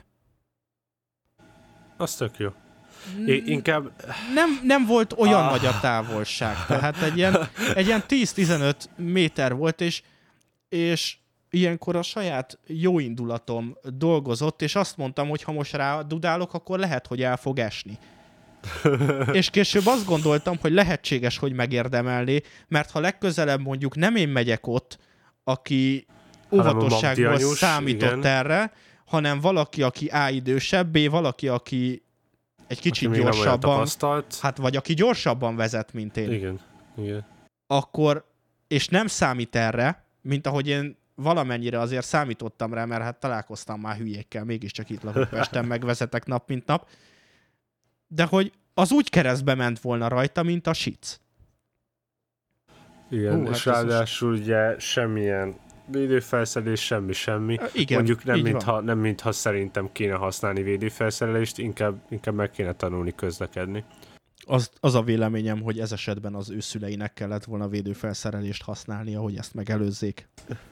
Az tök jó. Inkább... Nem volt olyan nagy a távolság, tehát egy ilyen 10-15 méter volt, és ilyenkor a saját jó indulatom dolgozott, és azt mondtam, hogy ha most rá dudálok, akkor lehet, hogy el fog esni. És később azt gondoltam, hogy lehetséges, hogy megérdemelné, mert ha legközelebb mondjuk nem én megyek ott, aki óvatosságból számított igen. erre, hanem valaki, aki A idősebb, B valaki, aki egy kicsit aki gyorsabban, hát vagy aki gyorsabban vezet, mint én. Igen. Akkor, és nem számít erre, mint ahogy én valamennyire azért számítottam rá, mert hát találkoztam már hülyékkel, mégiscsak itt lakok Pesten, megvezetek nap, mint nap. De hogy az úgy keresztbe ment volna rajta, mint a sic. Igen, és hát ráadásul ugye semmilyen védőfelszerelés, semmi. Igen, Mondjuk így van. nem mintha szerintem kéne használni védőfelszerelést, inkább meg kéne tanulni közlekedni. Az a véleményem, hogy ez esetben az ő szüleinek kellett volna védőfelszerelést használnia, hogy ezt megelőzzék.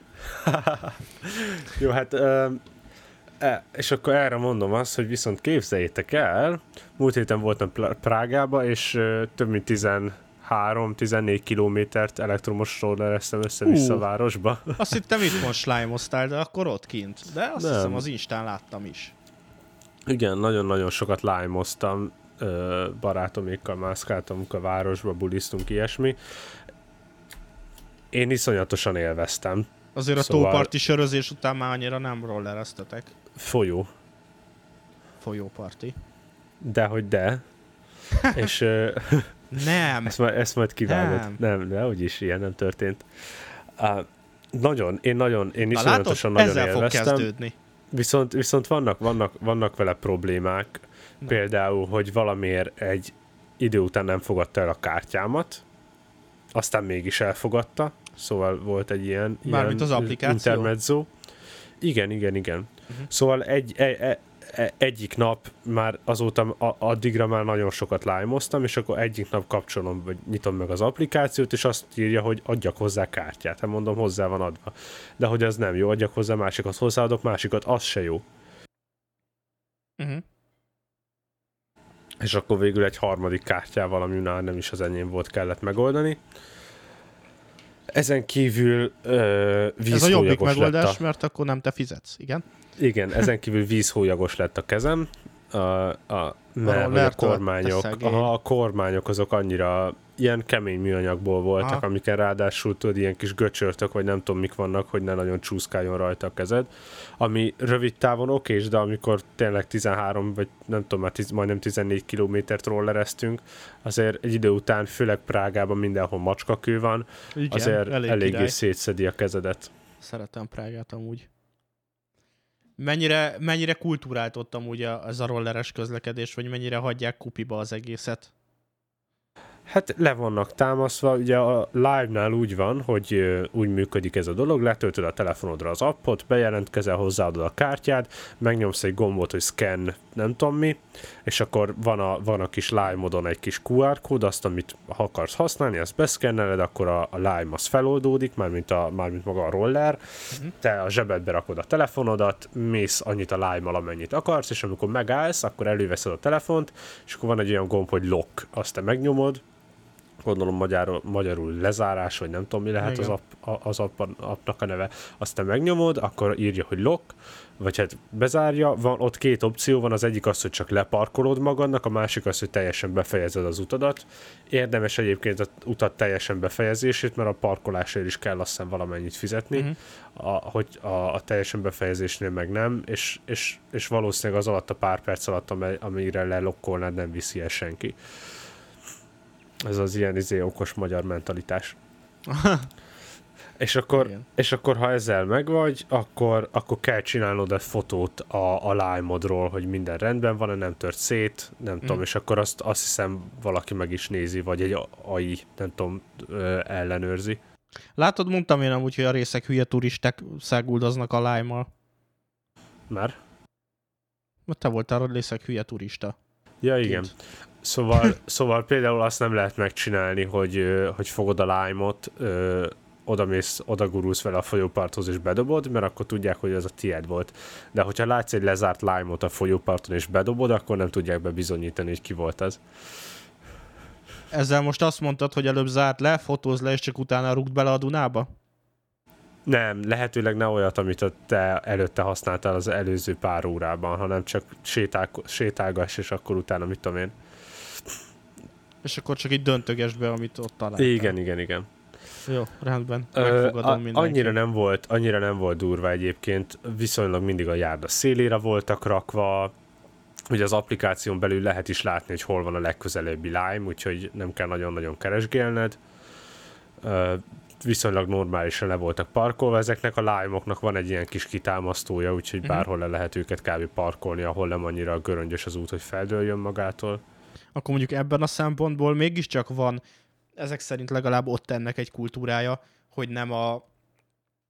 Jó, hát és akkor erre mondom azt, hogy viszont képzeljétek el, múlt héten voltam Prágába, és több mint 13-14 kilométert elektromos rollereztem össze-vissza a városba. Azt hittem itt most slime-oztál, de akkor ott kint. De azt hiszem az Instán láttam is. Igen, nagyon-nagyon sokat lime-oztam, barátomékkal mászkáltunk a városba, buliztunk, ilyesmi. Én iszonyatosan élveztem. Azért a tóparti sörözés után már annyira nem rollereztetek. Folyó. Folyóparti. Dehogy de. És nem. Ezt majd kivágod. Nem, de úgyis ilyen nem történt. Én iszonyatosan nagyon ezzel élveztem. fog kezdődni. Viszont vannak vele problémák. Na. Például, hogy valamiért egy idő után nem fogadta el a kártyámat, aztán mégis elfogadta, szóval volt egy ilyen az applikáció? Intermezzo. Igen. Uh-huh. Szóval egyik nap már azóta addigra már nagyon sokat lime-oztam, és akkor egyik nap kapcsolom, vagy nyitom meg az applikációt, és azt írja, hogy adjak hozzá kártyát. Hát mondom, hozzá van adva. De hogy az nem jó, adjak hozzá másikat, hozzáadok másikat, az se jó. Uh-huh. És akkor végül egy harmadik kártyával, ami már nem is az enyém volt, kellett megoldani. Ezen kívül vízhólyagos ez a jobbik megoldás, lett mert akkor nem te fizetsz, igen? Igen, ezen kívül vízhólyagos lett a kezem, mert a kormányok azok annyira ilyen kemény műanyagból voltak, amiken ráadásul tudod, ilyen kis göcsörtök, vagy nem tudom mik vannak, hogy ne nagyon csúszkáljon rajta a kezed. Ami rövid távon okés, de amikor tényleg 13, vagy nem tudom, már majdnem 14 kilométert rollereztünk, azért egy idő után, főleg Prágában mindenhol macskakő van, igen, azért eléggé szétszedi a kezedet. Szeretem Prágát amúgy. Mennyire kultúrált ott amúgy ez a rolleres közlekedés, vagy mennyire hagyják kupiba az egészet? Hát le vannak támasztva, ugye a Live-nál úgy van, hogy úgy működik ez a dolog, letöltöd a telefonodra az appot, bejelentkezel, hozzáadod a kártyád, megnyomsz egy gombot, hogy scan nem tudom mi, és akkor van a kis Live modon egy kis QR kód, azt, amit ha akarsz használni, azt beszkenneled, akkor a Live az feloldódik, mármint maga a roller, te a zsebedbe rakod a telefonodat, mész annyit a Live-mal, amennyit akarsz, és amikor megállsz, akkor előveszed a telefont, és akkor van egy olyan gomb, hogy lock, azt te megnyomod, gondolom magyarul lezárás, vagy nem tudom, mi lehet az appnak a neve. Aztán megnyomod, akkor írja, hogy lock, vagy hát bezárja. Van ott két opció van, az egyik az, hogy csak leparkolod magadnak, a másik az, hogy teljesen befejezed az utadat. Érdemes egyébként az utat teljesen befejezését, mert a parkolásért is kell azt hiszem valamennyit fizetni, hogy a teljesen befejezésnél meg nem, és valószínűleg az alatt a pár perc alatt, amire lelokkolnád, nem viszi el senki. Ez az ilyen okos magyar mentalitás. és akkor, ha ezzel megvagy, akkor kell csinálnod egy fotót a Live-modról, hogy minden rendben van, nem tört szét, nem tudom, és akkor azt hiszem valaki meg is nézi, vagy egy AI, nem tudom, ellenőrzi. Látod, mondtam én amúgy, hogy a részek hülye turisták száguldoznak a Live-mal. Már? Mert te voltál a részek hülye turista. Ja, igen. Szóval például azt nem lehet megcsinálni, hogy fogod a Lime-ot, oda gurulsz vele a folyóparthoz és bedobod, mert akkor tudják, hogy ez a tiéd volt. De hogyha látsz egy lezárt Lime-ot a folyóparton és bedobod, akkor nem tudják bebizonyítani, hogy ki volt az. Ezzel most azt mondtad, hogy előbb zárt le, fotóz le, és csak utána rúgd bele a Dunába? Nem, lehetőleg ne olyat, amit te előtte használtál az előző pár órában, hanem csak sétálgass, és akkor utána mit tudom én. És akkor csak így döntögesd be, amit ott találtál. Igen. Jó, rendben. Megfogadom mindenki. Annyira nem volt durva egyébként. Viszonylag mindig a járda szélére voltak rakva. Ugye az applikáción belül lehet is látni, hogy hol van a legközelebbi Lime, úgyhogy nem kell nagyon-nagyon keresgélned. Viszonylag normálisan le voltak parkolva. Ezeknek a Lime-oknak van egy ilyen kis kitámasztója, úgyhogy bárhol le lehet őket kb. Parkolni, ahol nem annyira göröngyös az út, hogy feldőljön magától. Akkor mondjuk ebben a szempontból mégiscsak van, ezek szerint legalább ott ennek egy kultúrája, hogy nem a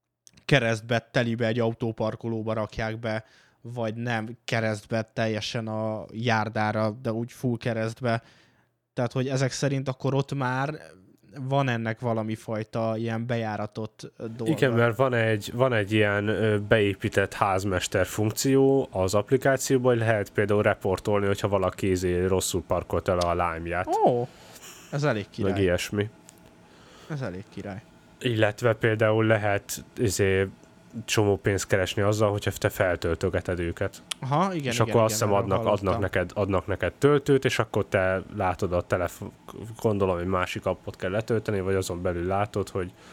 keresztbe telibe egy autóparkolóba rakják be, vagy nem keresztbe teljesen a járdára, de úgy full keresztbe. Tehát, hogy ezek szerint akkor ott már van ennek valami fajta ilyen bejáratott dolga. Igen, mert van egy ilyen beépített házmester funkció az applikációban, hogy lehet például reportolni, hogyha valaki rosszul parkolt el a Lime-ját. Ó, ez elég király. Meg ilyesmi. Ez elég király. Illetve például lehet csomó pénzt keresni azzal, hogyha te feltöltögeted őket. Aha, igen, és igen, akkor azt hiszem hallottam. adnak neked töltőt, és akkor te látod a telefon, gondolom, hogy másik appot kell letölteni, vagy azon belül látod,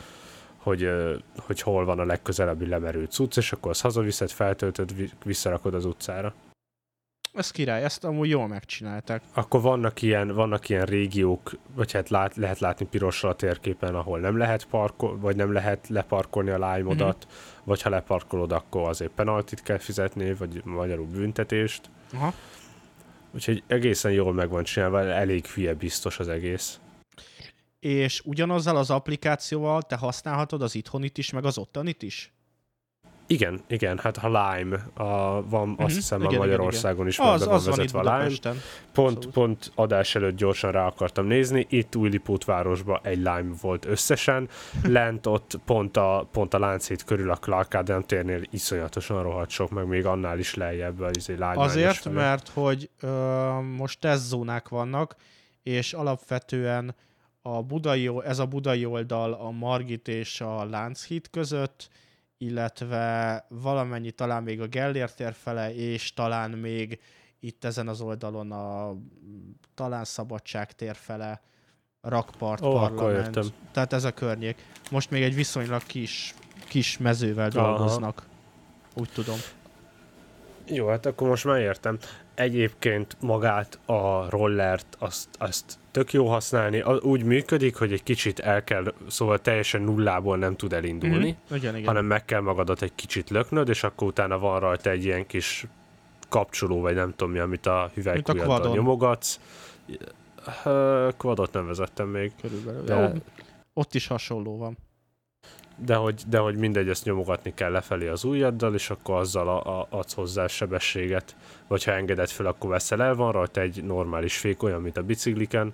hogy hol van a legközelebbi lemerült cucc, és akkor azt hazaviszed, feltöltöd, visszarakod az utcára. Ez király, ezt amúgy jól megcsinálták. Akkor vannak ilyen régiók, vagy hát lehet látni pirossal a térképen, ahol nem lehet vagy nem lehet leparkolni a Lime-odat, vagy ha leparkolod, akkor azért penaltit kell fizetni, vagy magyarul büntetést. Aha. Úgyhogy egészen jól meg van csinálva, elég hülye biztos az egész. És ugyanazzal az applikációval te használhatod az itthonit is, meg az ottanit is? Igen, hát a Lime, van azt hiszem igen, Magyarországon is az van vezetve a Lime. Pont adás előtt gyorsan rá akartam nézni, itt Újlipótvárosban egy Lime volt összesen, lent ott pont a Lánchíd körül a Clark Ádám térnél iszonyatosan rohadt sok, meg még annál is lejjebb az egy Lime. Azért, mert hogy most testzónák vannak, és alapvetően ez a budai oldal a Margit és a Lánchíd között, illetve valamennyi talán még a Gellért tér fele, és talán még itt ezen az oldalon talán Szabadság tér fele, Rakpart, Parlament. Tehát ez a környék. Most még egy viszonylag kis mezővel dolgoznak. Úgy tudom. Jó, hát akkor most már értem. Egyébként magát a rollert, azt tök jó használni. Úgy működik, hogy egy kicsit szóval teljesen nullából nem tud elindulni, igen. hanem meg kell magadat egy kicsit löknöd, és akkor utána van rajta egy ilyen kis kapcsoló, vagy nem tudom mi, amit a hüvelykujjaddal nyomogatsz. Quadot nem vezettem még. Körülbelül. De... Ott is hasonló van. De hogy mindegy, ezt nyomogatni kell lefelé az ujjaddal, és akkor azzal adsz hozzá sebességet. Vagy ha engeded fel, akkor veszel el. Van rajta egy normális fék, olyan, mint a bicikliken.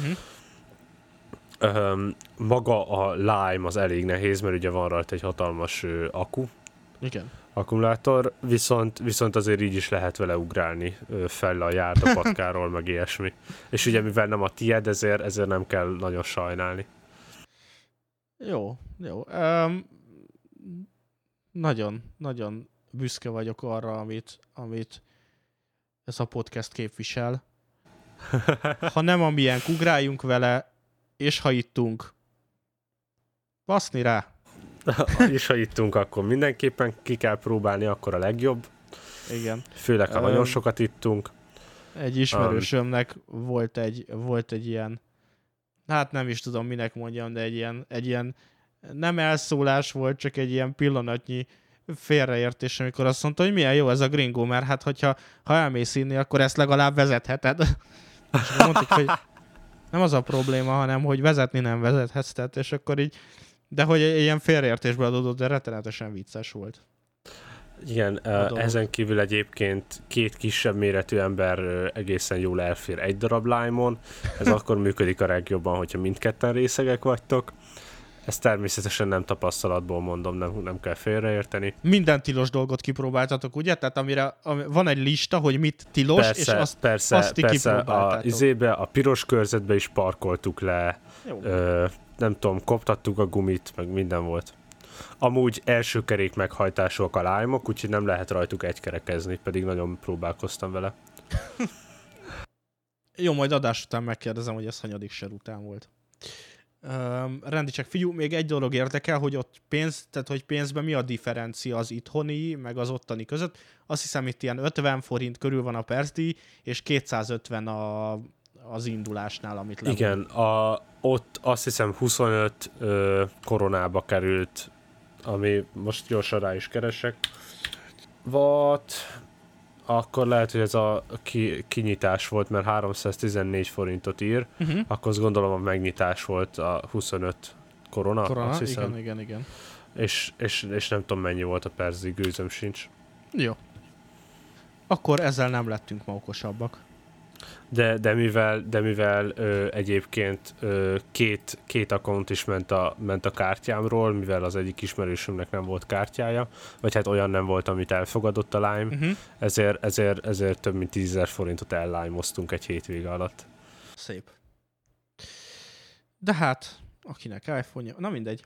Maga a Lime az elég nehéz, mert ugye van rajta egy hatalmas akkumulátor, viszont azért így is lehet vele ugrálni fel a járdapatkáról, meg ilyesmi. És ugye mivel nem a tied, ezért nem kell nagyon sajnálni. Jó. Nagyon büszke vagyok arra, amit ez a podcast képvisel. Ha nem amilyen, ugráljunk vele, és ha ittunk, baszni rá. És ha ittunk, akkor mindenképpen ki kell próbálni, akkor a legjobb. Igen. Főleg, ha nagyon sokat ittunk. Egy ismerősömnek volt egy ilyen, hát nem is tudom, minek mondjam, de egy ilyen nem elszólás volt, csak egy ilyen pillanatnyi félreértés, amikor azt mondta, hogy milyen jó ez a gringó, mert hát ha elmész inni, akkor ezt legalább vezetheted. És mondtuk, hogy nem az a probléma, hanem hogy vezetni nem vezethetsz, tehát, és akkor így, de hogy egy ilyen félreértésből adódott, de rettenetesen vicces volt. Igen, ezen kívül egyébként 2 kisebb méretű ember egészen jól elfér egy darab Lime-on. Ez akkor működik a legjobban, hogyha mindketten részegek vagytok. Ezt természetesen nem tapasztalatból mondom, nem kell félreérteni. Minden tilos dolgot kipróbáltatok, ugye? Tehát van egy lista, hogy mit tilos, persze, és azt kipróbáltátok. A piros körzetbe is parkoltuk le, nem tudom, koptattuk a gumit, meg minden volt. Amúgy első kerék meghajtásúak a Lime-ok, úgyhogy nem lehet rajtuk egykerekezni, pedig nagyon próbálkoztam vele. Jó, majd adás után megkérdezem, hogy ez hanyadik sor után volt. Rendi, csak figyelj, még egy dolog érdekel, hogy ott hogy pénzben mi a differencia az itthoni, meg az ottani között. Azt hiszem, itt ilyen 50 forint körül van a percdíj, és 250 az indulásnál, amit levon. Igen, ott azt hiszem 25 koronába került, ami most gyorsan rá is keresek. Akkor lehet, hogy ez a kinyitás volt, mert 314 forintot ír, akkor azt gondolom a megnyitás volt a 25 korona, azt hiszem. Igen. és nem tudom mennyi volt a perzi, gőzöm sincs. Jó. Akkor ezzel nem lettünk ma okosabbak. De mivel egyébként két account is ment a kártyámról, mivel az egyik ismerősömnek nem volt kártyája, vagy hát olyan nem volt, amit elfogadott a Lime, ezért több mint 10 000 forintot ellime-oztunk egy hétvége alatt. Szép. De hát, akinek iPhone-ja, na mindegy.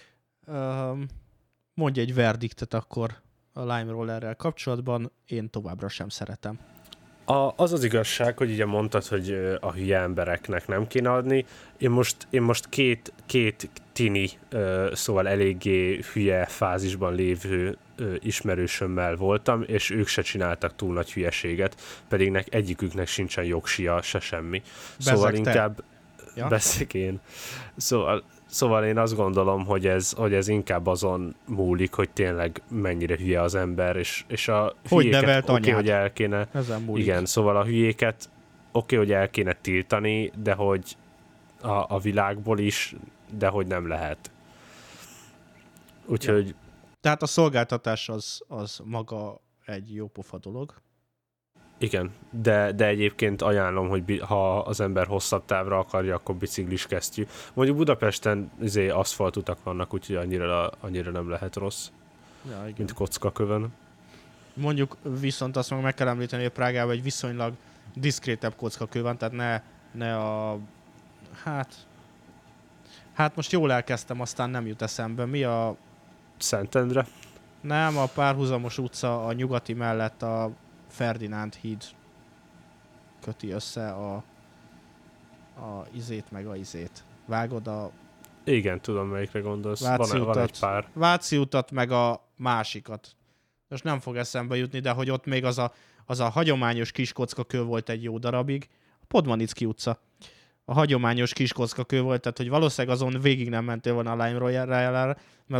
Mondj egy verdiktet akkor a Lime Rollerrel kapcsolatban, én továbbra sem szeretem. Az igazság, hogy ugye mondtad, hogy a hülye embereknek nem kéne adni. Én most két tini, szóval eléggé hülye fázisban lévő ismerősömmel voltam, és ők se csináltak túl nagy hülyeséget, pedig egyiküknek sincsen jogsia, se semmi. Szóval inkább beszélek én. Szóval én azt gondolom, hogy ez inkább azon múlik, hogy tényleg mennyire hülye az ember, és a hülyéket oké, hogy el kéne... Igen, szóval a hülyéket oké, hogy el kéne tiltani, de hogy a világból is, de hogy nem lehet. Úgyhogy... Ja. Tehát a szolgáltatás az maga egy jó pofa dolog. Igen, de egyébként ajánlom, hogy ha az ember hosszabb távra akarja, akkor biciklis kesztyű. Mondjuk Budapesten aszfaltutak vannak, úgyhogy annyira nem lehet rossz, mint kockakövön. Mondjuk viszont azt meg kell említeni, hogy Prágában egy viszonylag diszkrétebb kockakő van, tehát ne a... Hát most jól elkezdtem, aztán nem jut eszembe. Mi a... Szentendre? Nem, a párhuzamos utca a nyugati mellett a Ferdinánd híd köti össze a izét meg a izét. Vágod a... Igen, tudom, melyikre gondolsz. Van egy pár. Váci utat meg a másikat. Most nem fog eszembe jutni, de hogy ott még az a hagyományos kis kockakő volt egy jó darabig. A Podmanicki utca. A hagyományos kis kockakő volt, tehát hogy valószínűleg azon végig nem mentél volna a Lime Royale-re,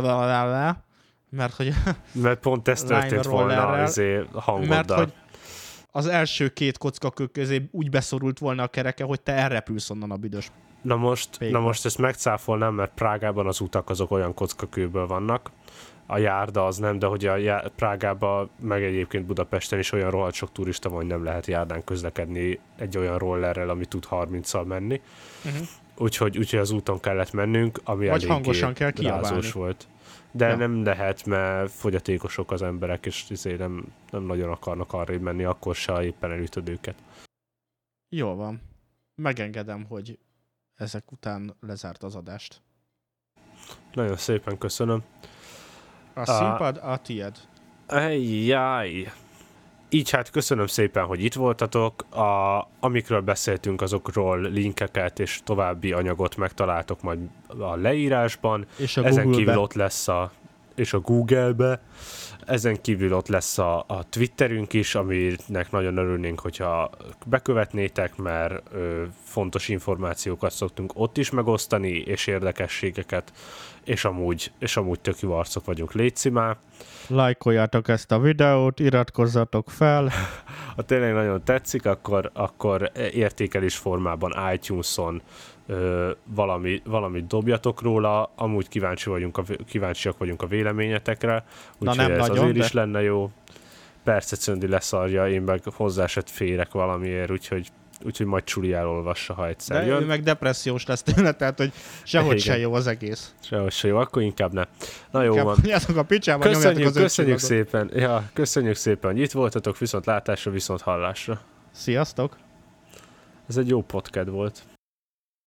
mert pont ez történt volna azért hangoddal. Mert hogy az első két kockakő közé úgy beszorult volna a kereke, hogy te elrepülsz onnan a büdös. Na most ezt megcáfolnám, mert Prágában az utak azok olyan kockakőből vannak. A járda az nem, de hogy a Prágában, meg egyébként Budapesten is olyan rohadt sok turista van, hogy nem lehet járdán közlekedni egy olyan rollerrel, ami tud 30-szal menni. Úgyhogy az úton kellett mennünk, ami vagy hangosan kell kiabálni. Volt. De nem lehet, mert fogyatékosok az emberek, és nem nagyon akarnak arrébb menni, akkor se, ha éppen elütöd őket. Jól van. Megengedem, hogy ezek után lezárt az adást. Nagyon szépen köszönöm. A színpad a tied. Jaj. Így hát köszönöm szépen, hogy itt voltatok. Amikről beszéltünk, azokról linkeket és további anyagot megtaláltok majd a leírásban. És a ezen kívül ott lesz és a Google-be. Ezen kívül ott lesz a Twitterünk is, aminek nagyon örülnénk, hogyha bekövetnétek, mert fontos információkat szoktunk ott is megosztani, és érdekességeket, és amúgy tök jó arcok vagyunk, létszi már. Lájkoljátok ezt a videót, iratkozzatok fel. Ha tényleg nagyon tetszik, akkor értékelés formában iTunes-on valamit dobjatok róla, amúgy kíváncsiak vagyunk a véleményetekre, úgyhogy ez nagyon, azért is lenne jó. Persze Czöndi leszarja, én meg hozzá se férek valamiért, úgyhogy majd Csuli elolvassa, ha egyszer jön. De ő meg depressziós lesz tőle, tehát hogy sehogy se jó az egész. Sehogy se jó, akkor inkább ne. Na jó van. A picsába, köszönjük szépen. Ja, köszönjük szépen, hogy itt voltatok, viszont látásra, viszont hallásra. Sziasztok! Ez egy jó podcast volt.